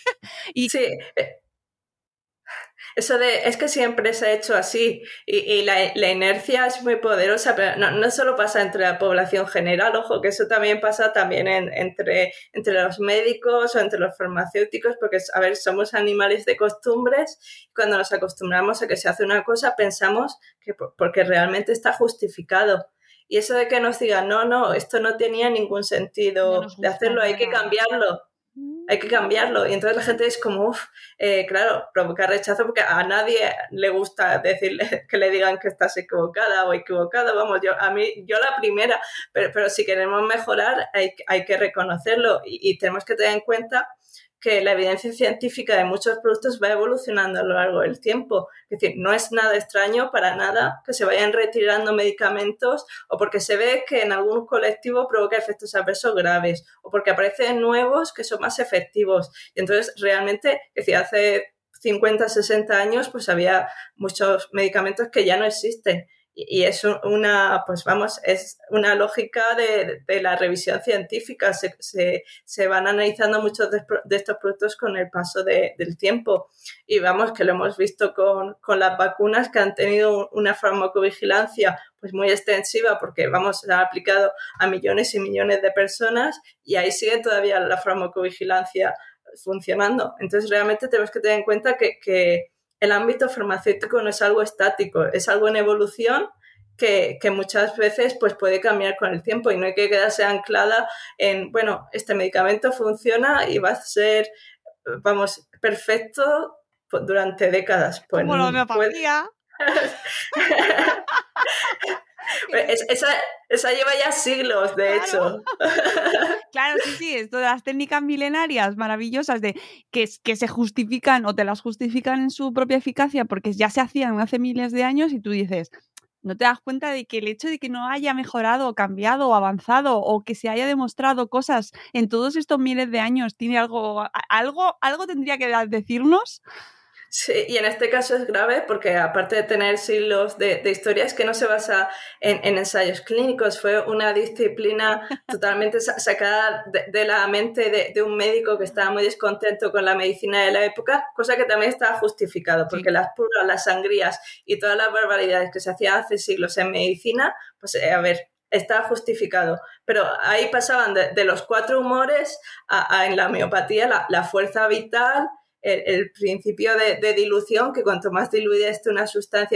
y sí. Eso de, es que siempre se ha hecho así y, y la, la inercia es muy poderosa, pero no, no solo pasa entre la población general, ojo, que eso también pasa también en, entre, entre los médicos o entre los farmacéuticos, porque, a ver, somos animales de costumbres. Cuando nos acostumbramos a que se hace una cosa, pensamos que porque realmente está justificado. Y eso de que nos digan, no, no, esto no tenía ningún sentido no de hacerlo, hay que cambiarlo. Hay que cambiarlo. Y entonces la gente es como, uff, eh, claro, provoca rechazo porque a nadie le gusta decirle que le digan que estás equivocada o equivocado. Vamos, yo a mí, yo la primera, pero, pero si queremos mejorar hay, hay que reconocerlo y, y tenemos que tener en cuenta que la evidencia científica de muchos productos va evolucionando a lo largo del tiempo. Es decir, no es nada extraño para nada que se vayan retirando medicamentos o porque se ve que en algún colectivo provoca efectos adversos graves o porque aparecen nuevos que son más efectivos. Y entonces, realmente, es decir, hace cincuenta, sesenta años, pues había muchos medicamentos que ya no existen. Y es una, pues vamos, es una lógica de, de la revisión científica. Se, se, se van analizando muchos de, de estos productos con el paso de, del tiempo. Y vamos, que lo hemos visto con, con las vacunas que han tenido una farmacovigilancia pues muy extensiva porque, vamos, se han aplicado a millones y millones de personas y ahí sigue todavía la farmacovigilancia funcionando. Entonces, realmente tenemos que tener en cuenta que, que el ámbito farmacéutico no es algo estático, es algo en evolución que, que muchas veces pues, puede cambiar con el tiempo y no hay que quedarse anclada en, bueno, este medicamento funciona y va a ser, vamos, perfecto durante décadas. Pues, como la homeopatía. Es, esa, esa lleva ya siglos, de claro. hecho. Claro, sí, sí, esto de las técnicas milenarias maravillosas de que, que se justifican o te las justifican en su propia eficacia porque ya se hacían hace miles de años y tú dices, no te das cuenta de que el hecho de que no haya mejorado o cambiado o avanzado o que se haya demostrado cosas en todos estos miles de años tiene algo, algo, algo tendría que decirnos. Sí, y en este caso es grave porque aparte de tener siglos de, de historia es que no se basa en, en ensayos clínicos, fue una disciplina totalmente sacada de, de la mente de, de un médico que estaba muy descontento con la medicina de la época, cosa que también estaba justificado porque sí. Las purgas, las sangrías y todas las barbaridades que se hacían hace siglos en medicina, pues eh, a ver, estaba justificado, pero ahí pasaban de, de los cuatro humores a, a en la homeopatía la, la fuerza vital. El, el principio de, de dilución, que cuanto más diluida esté una sustancia, más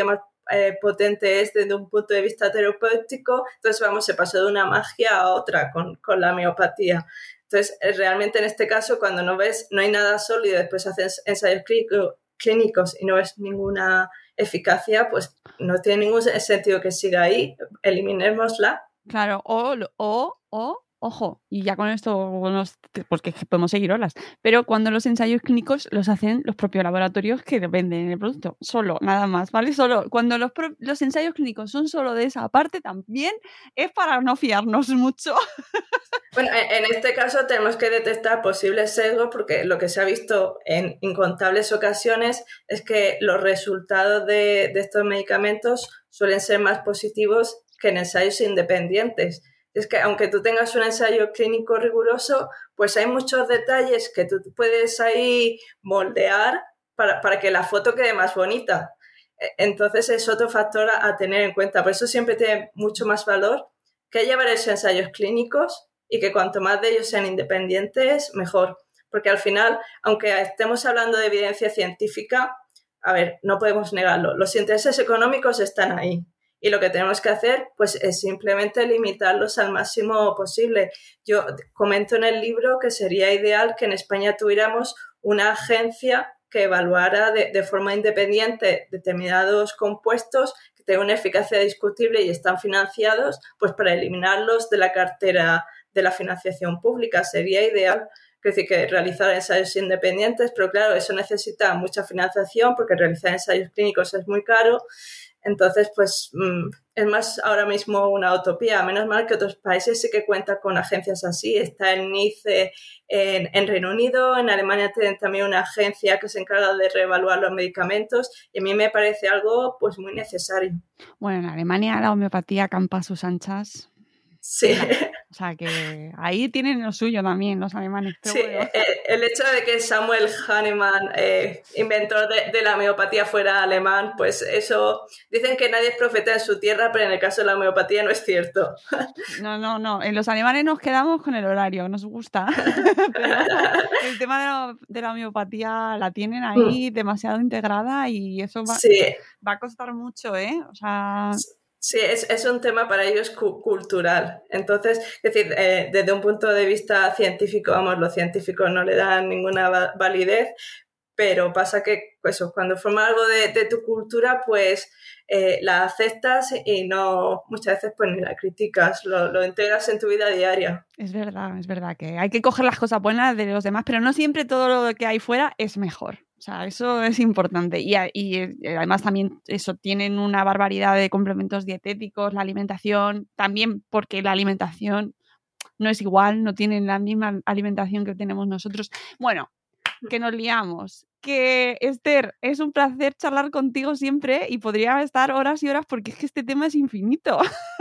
eh, potente es desde un punto de vista terapéutico. Entonces, vamos, se pasó de una magia a otra con, con la homeopatía. Entonces, realmente en este caso, cuando no ves, no hay nada sólido, después haces ensayos clínico, clínicos y no ves ninguna eficacia, pues no tiene ningún sentido que siga ahí, eliminémosla. Claro, o, o, o, ojo, y ya con esto, nos, porque podemos seguir horas, pero cuando los ensayos clínicos los hacen los propios laboratorios que venden el producto, solo, nada más, ¿vale? Solo, cuando los, los ensayos clínicos son solo de esa parte, también es para no fiarnos mucho. Bueno, en este caso tenemos que detectar posibles sesgos porque lo que se ha visto en incontables ocasiones es que los resultados de, de estos medicamentos suelen ser más positivos que en ensayos independientes. Es que aunque tú tengas un ensayo clínico riguroso, pues hay muchos detalles que tú puedes ahí moldear para, para que la foto quede más bonita. Entonces es otro factor a, a tener en cuenta. Por eso siempre tiene mucho más valor que haya varios ensayos clínicos y que cuanto más de ellos sean independientes, mejor. Porque al final, aunque estemos hablando de evidencia científica, a ver, no podemos negarlo. Los intereses económicos están ahí. Y lo que tenemos que hacer, pues, es simplemente limitarlos al máximo posible. Yo comento en el libro que sería ideal que en España tuviéramos una agencia que evaluara de, de forma independiente determinados compuestos que tengan una eficacia discutible y están financiados, pues para eliminarlos de la cartera de la financiación pública. Sería ideal. Es decir, que realizar ensayos independientes, pero claro, eso necesita mucha financiación porque realizar ensayos clínicos es muy caro. Entonces, pues es más ahora mismo una utopía. Menos mal que otros países sí que cuentan con agencias así. Está el N I C E en, en Reino Unido, en Alemania tienen también una agencia que se encarga de reevaluar los medicamentos y a mí me parece algo pues muy necesario. Bueno, en Alemania la homeopatía campa a sus anchas. Sí. O sea que ahí tienen lo suyo también los alemanes. Pero sí, bueno. el hecho de que Samuel Hahnemann, eh, inventor de, de la homeopatía, fuera alemán, pues eso, dicen que nadie es profeta en su tierra, pero en el caso de la homeopatía no es cierto. No, no, no, en los alemanes nos quedamos con el horario, nos gusta. Pero el tema de la, de la homeopatía la tienen ahí mm. demasiado integrada y eso va, sí. va a costar mucho, ¿eh? O sea... Sí, es, es un tema para ellos cu- cultural. Entonces, es decir, eh, desde un punto de vista científico, vamos, los científicos no le dan ninguna va- validez, pero pasa que pues, cuando forma algo de, de tu cultura, pues eh, la aceptas y no muchas veces pues ni la criticas, lo, lo integras en tu vida diaria. Es verdad, es verdad que hay que coger las cosas buenas de los demás, pero no siempre todo lo que hay fuera es mejor. O sea, eso es importante. Y, y además también eso, tienen una barbaridad de complementos dietéticos, la alimentación, también porque la alimentación no es igual, no tienen la misma alimentación que tenemos nosotros. Bueno, que nos liamos. Que, Esther, es un placer charlar contigo siempre y podría estar horas y horas porque es que este tema es infinito.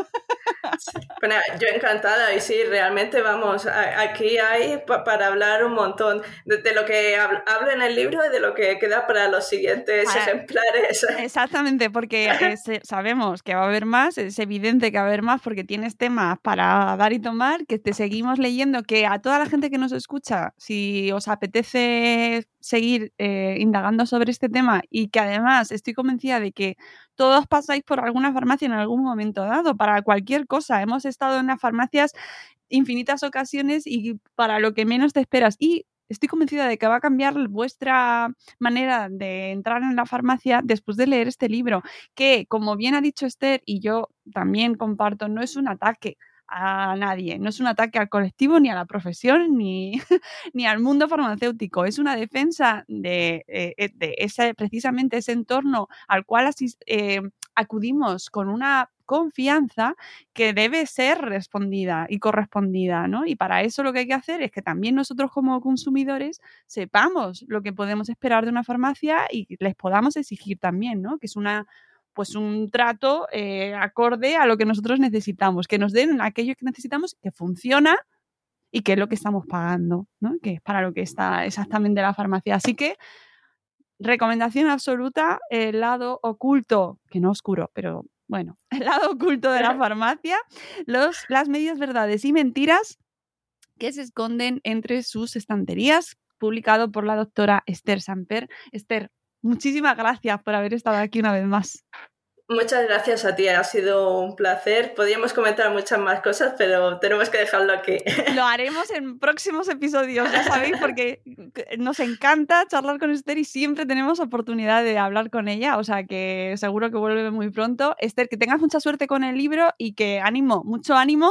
Bueno, yo encantada y sí, realmente vamos, a, aquí hay pa, para hablar un montón de, de lo que hablo en el libro y de lo que queda para los siguientes ah, ejemplares. Exactamente, porque es, sabemos que va a haber más, es evidente que va a haber más porque tienes temas para dar y tomar, que te seguimos leyendo, que a toda la gente que nos escucha, si os apetece seguir eh, indagando sobre este tema y que además estoy convencida de que todos pasáis por alguna farmacia en algún momento dado, para cualquier cosa. Hemos estado en las farmacias infinitas ocasiones y para lo que menos te esperas. Y estoy convencida de que va a cambiar vuestra manera de entrar en la farmacia después de leer este libro, que, como bien ha dicho Esther, y yo también comparto, no es un ataque a nadie, no es un ataque al colectivo, ni a la profesión, ni, ni al mundo farmacéutico, es una defensa de, eh, de ese, precisamente ese entorno al cual asist, eh, acudimos con una confianza que debe ser respondida y correspondida, ¿no? Y para eso lo que hay que hacer es que también nosotros como consumidores sepamos lo que podemos esperar de una farmacia y les podamos exigir también, ¿no? Que es una pues un trato eh, acorde a lo que nosotros necesitamos, que nos den aquello que necesitamos, que funciona y que es lo que estamos pagando, ¿no? Que es para lo que está exactamente la farmacia. Así que, recomendación absoluta, el lado oculto, que no oscuro, pero bueno, el lado oculto de la farmacia, los, las medias verdades y mentiras que se esconden entre sus estanterías, publicado por la doctora Esther Samper. Esther, muchísimas gracias por haber estado aquí una vez más. Muchas gracias a ti, ha sido un placer. Podríamos comentar muchas más cosas, pero tenemos que dejarlo aquí. Lo haremos en próximos episodios, ya sabéis, porque nos encanta charlar con Esther y siempre tenemos oportunidad de hablar con ella, o sea que seguro que vuelve muy pronto. Esther, que tengas mucha suerte con el libro y que ánimo, mucho ánimo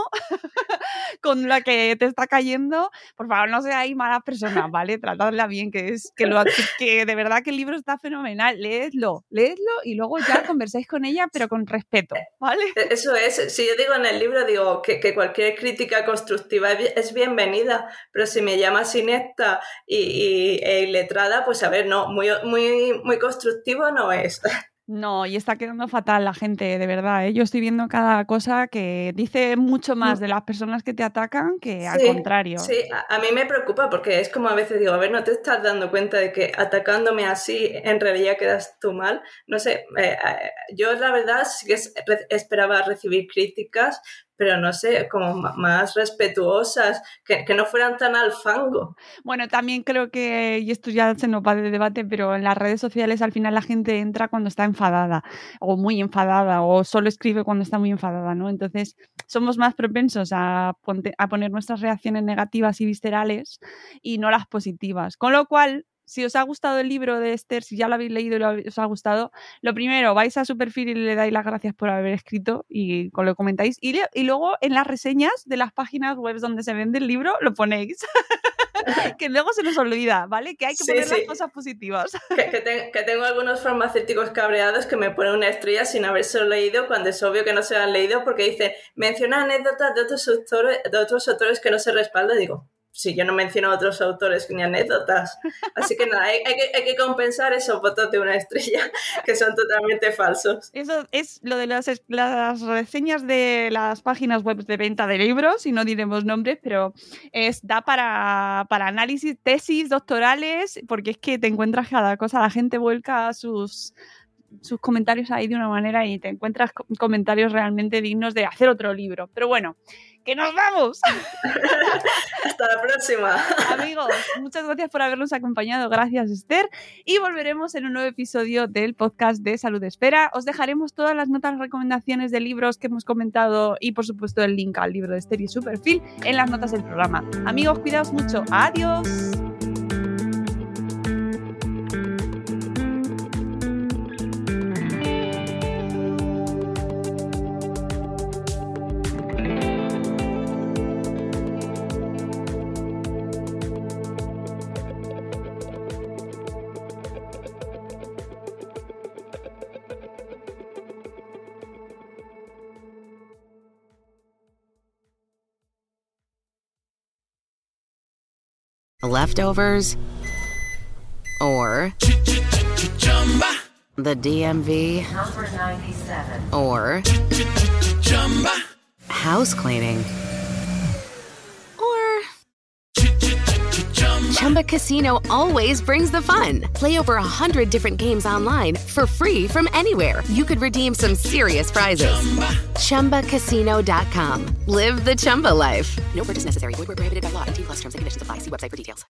con la que te está cayendo. Por favor, no seáis malas personas, ¿vale? Tratadla bien, que es que, lo, que de verdad que el libro está fenomenal. Leedlo, leedlo y luego ya conversáis con ella, pero con respeto, ¿vale? Eso es, si yo digo en el libro, digo que, que cualquier crítica constructiva es bienvenida, pero si me llamas inepta y, y, e iletrada, pues a ver, no, muy, muy, muy constructivo no es. No, y está quedando fatal la gente, de verdad, ¿eh? Yo estoy viendo cada cosa que dice mucho más de las personas que te atacan que sí, al contrario. Sí, a, a mí me preocupa porque es como a veces digo, a ver, ¿no te estás dando cuenta de que atacándome así en realidad quedas tú mal? No sé, eh, eh, yo la verdad sí que es, re, esperaba recibir críticas, pero no sé, como más respetuosas, que, que no fueran tan al fango. Bueno, también creo que, y esto ya se nos va de debate, pero en las redes sociales al final la gente entra cuando está enfadada, o muy enfadada, o solo escribe cuando está muy enfadada, ¿no? Entonces somos más propensos a, ponte, a poner nuestras reacciones negativas y viscerales y no las positivas. Con lo cual, si os ha gustado el libro de Esther, si ya lo habéis leído y os ha gustado, lo primero, vais a su perfil y le dais las gracias por haber escrito y lo comentáis. Y, le, y luego en las reseñas de las páginas web donde se vende el libro, lo ponéis. Que luego se nos olvida, ¿vale? Que hay que sí, poner sí. las cosas positivas. Que, que, te, que tengo algunos farmacéuticos cabreados que me ponen una estrella sin haberse leído, cuando es obvio que no se lo han leído, porque dicen, menciona anécdotas de otros autores, de otros autores que no se respaldan. Digo, sí, yo no menciono a otros autores ni anécdotas. Así que nada, hay, hay, que, hay que compensar esos votos de una estrella que son totalmente falsos. Eso es lo de las, las reseñas de las páginas web de venta de libros, y no diremos nombres, pero es, da para, para análisis, tesis doctorales, porque es que te encuentras cada cosa, la gente vuelca sus... sus comentarios ahí de una manera y te encuentras comentarios realmente dignos de hacer otro libro. Pero bueno, ¡que nos vamos! Hasta la próxima. Amigos, muchas gracias por habernos acompañado. Gracias, Esther. Y volveremos en un nuevo episodio del podcast de Salud Esfera. Os dejaremos todas las notas, recomendaciones de libros que hemos comentado y, por supuesto, el link al libro de Esther y su perfil en las notas del programa. Amigos, cuidaos mucho. ¡Adiós! Leftovers, or the D M V, number ninety-seven, or house cleaning, or Chumba Casino always brings the fun. Play over a hundred different games online for free from anywhere. You could redeem some serious prizes. Chumba Casino dot com. Live the Chumba life. No purchase necessary. Void where prohibited by law. eighteen plus terms and conditions apply. See website for details.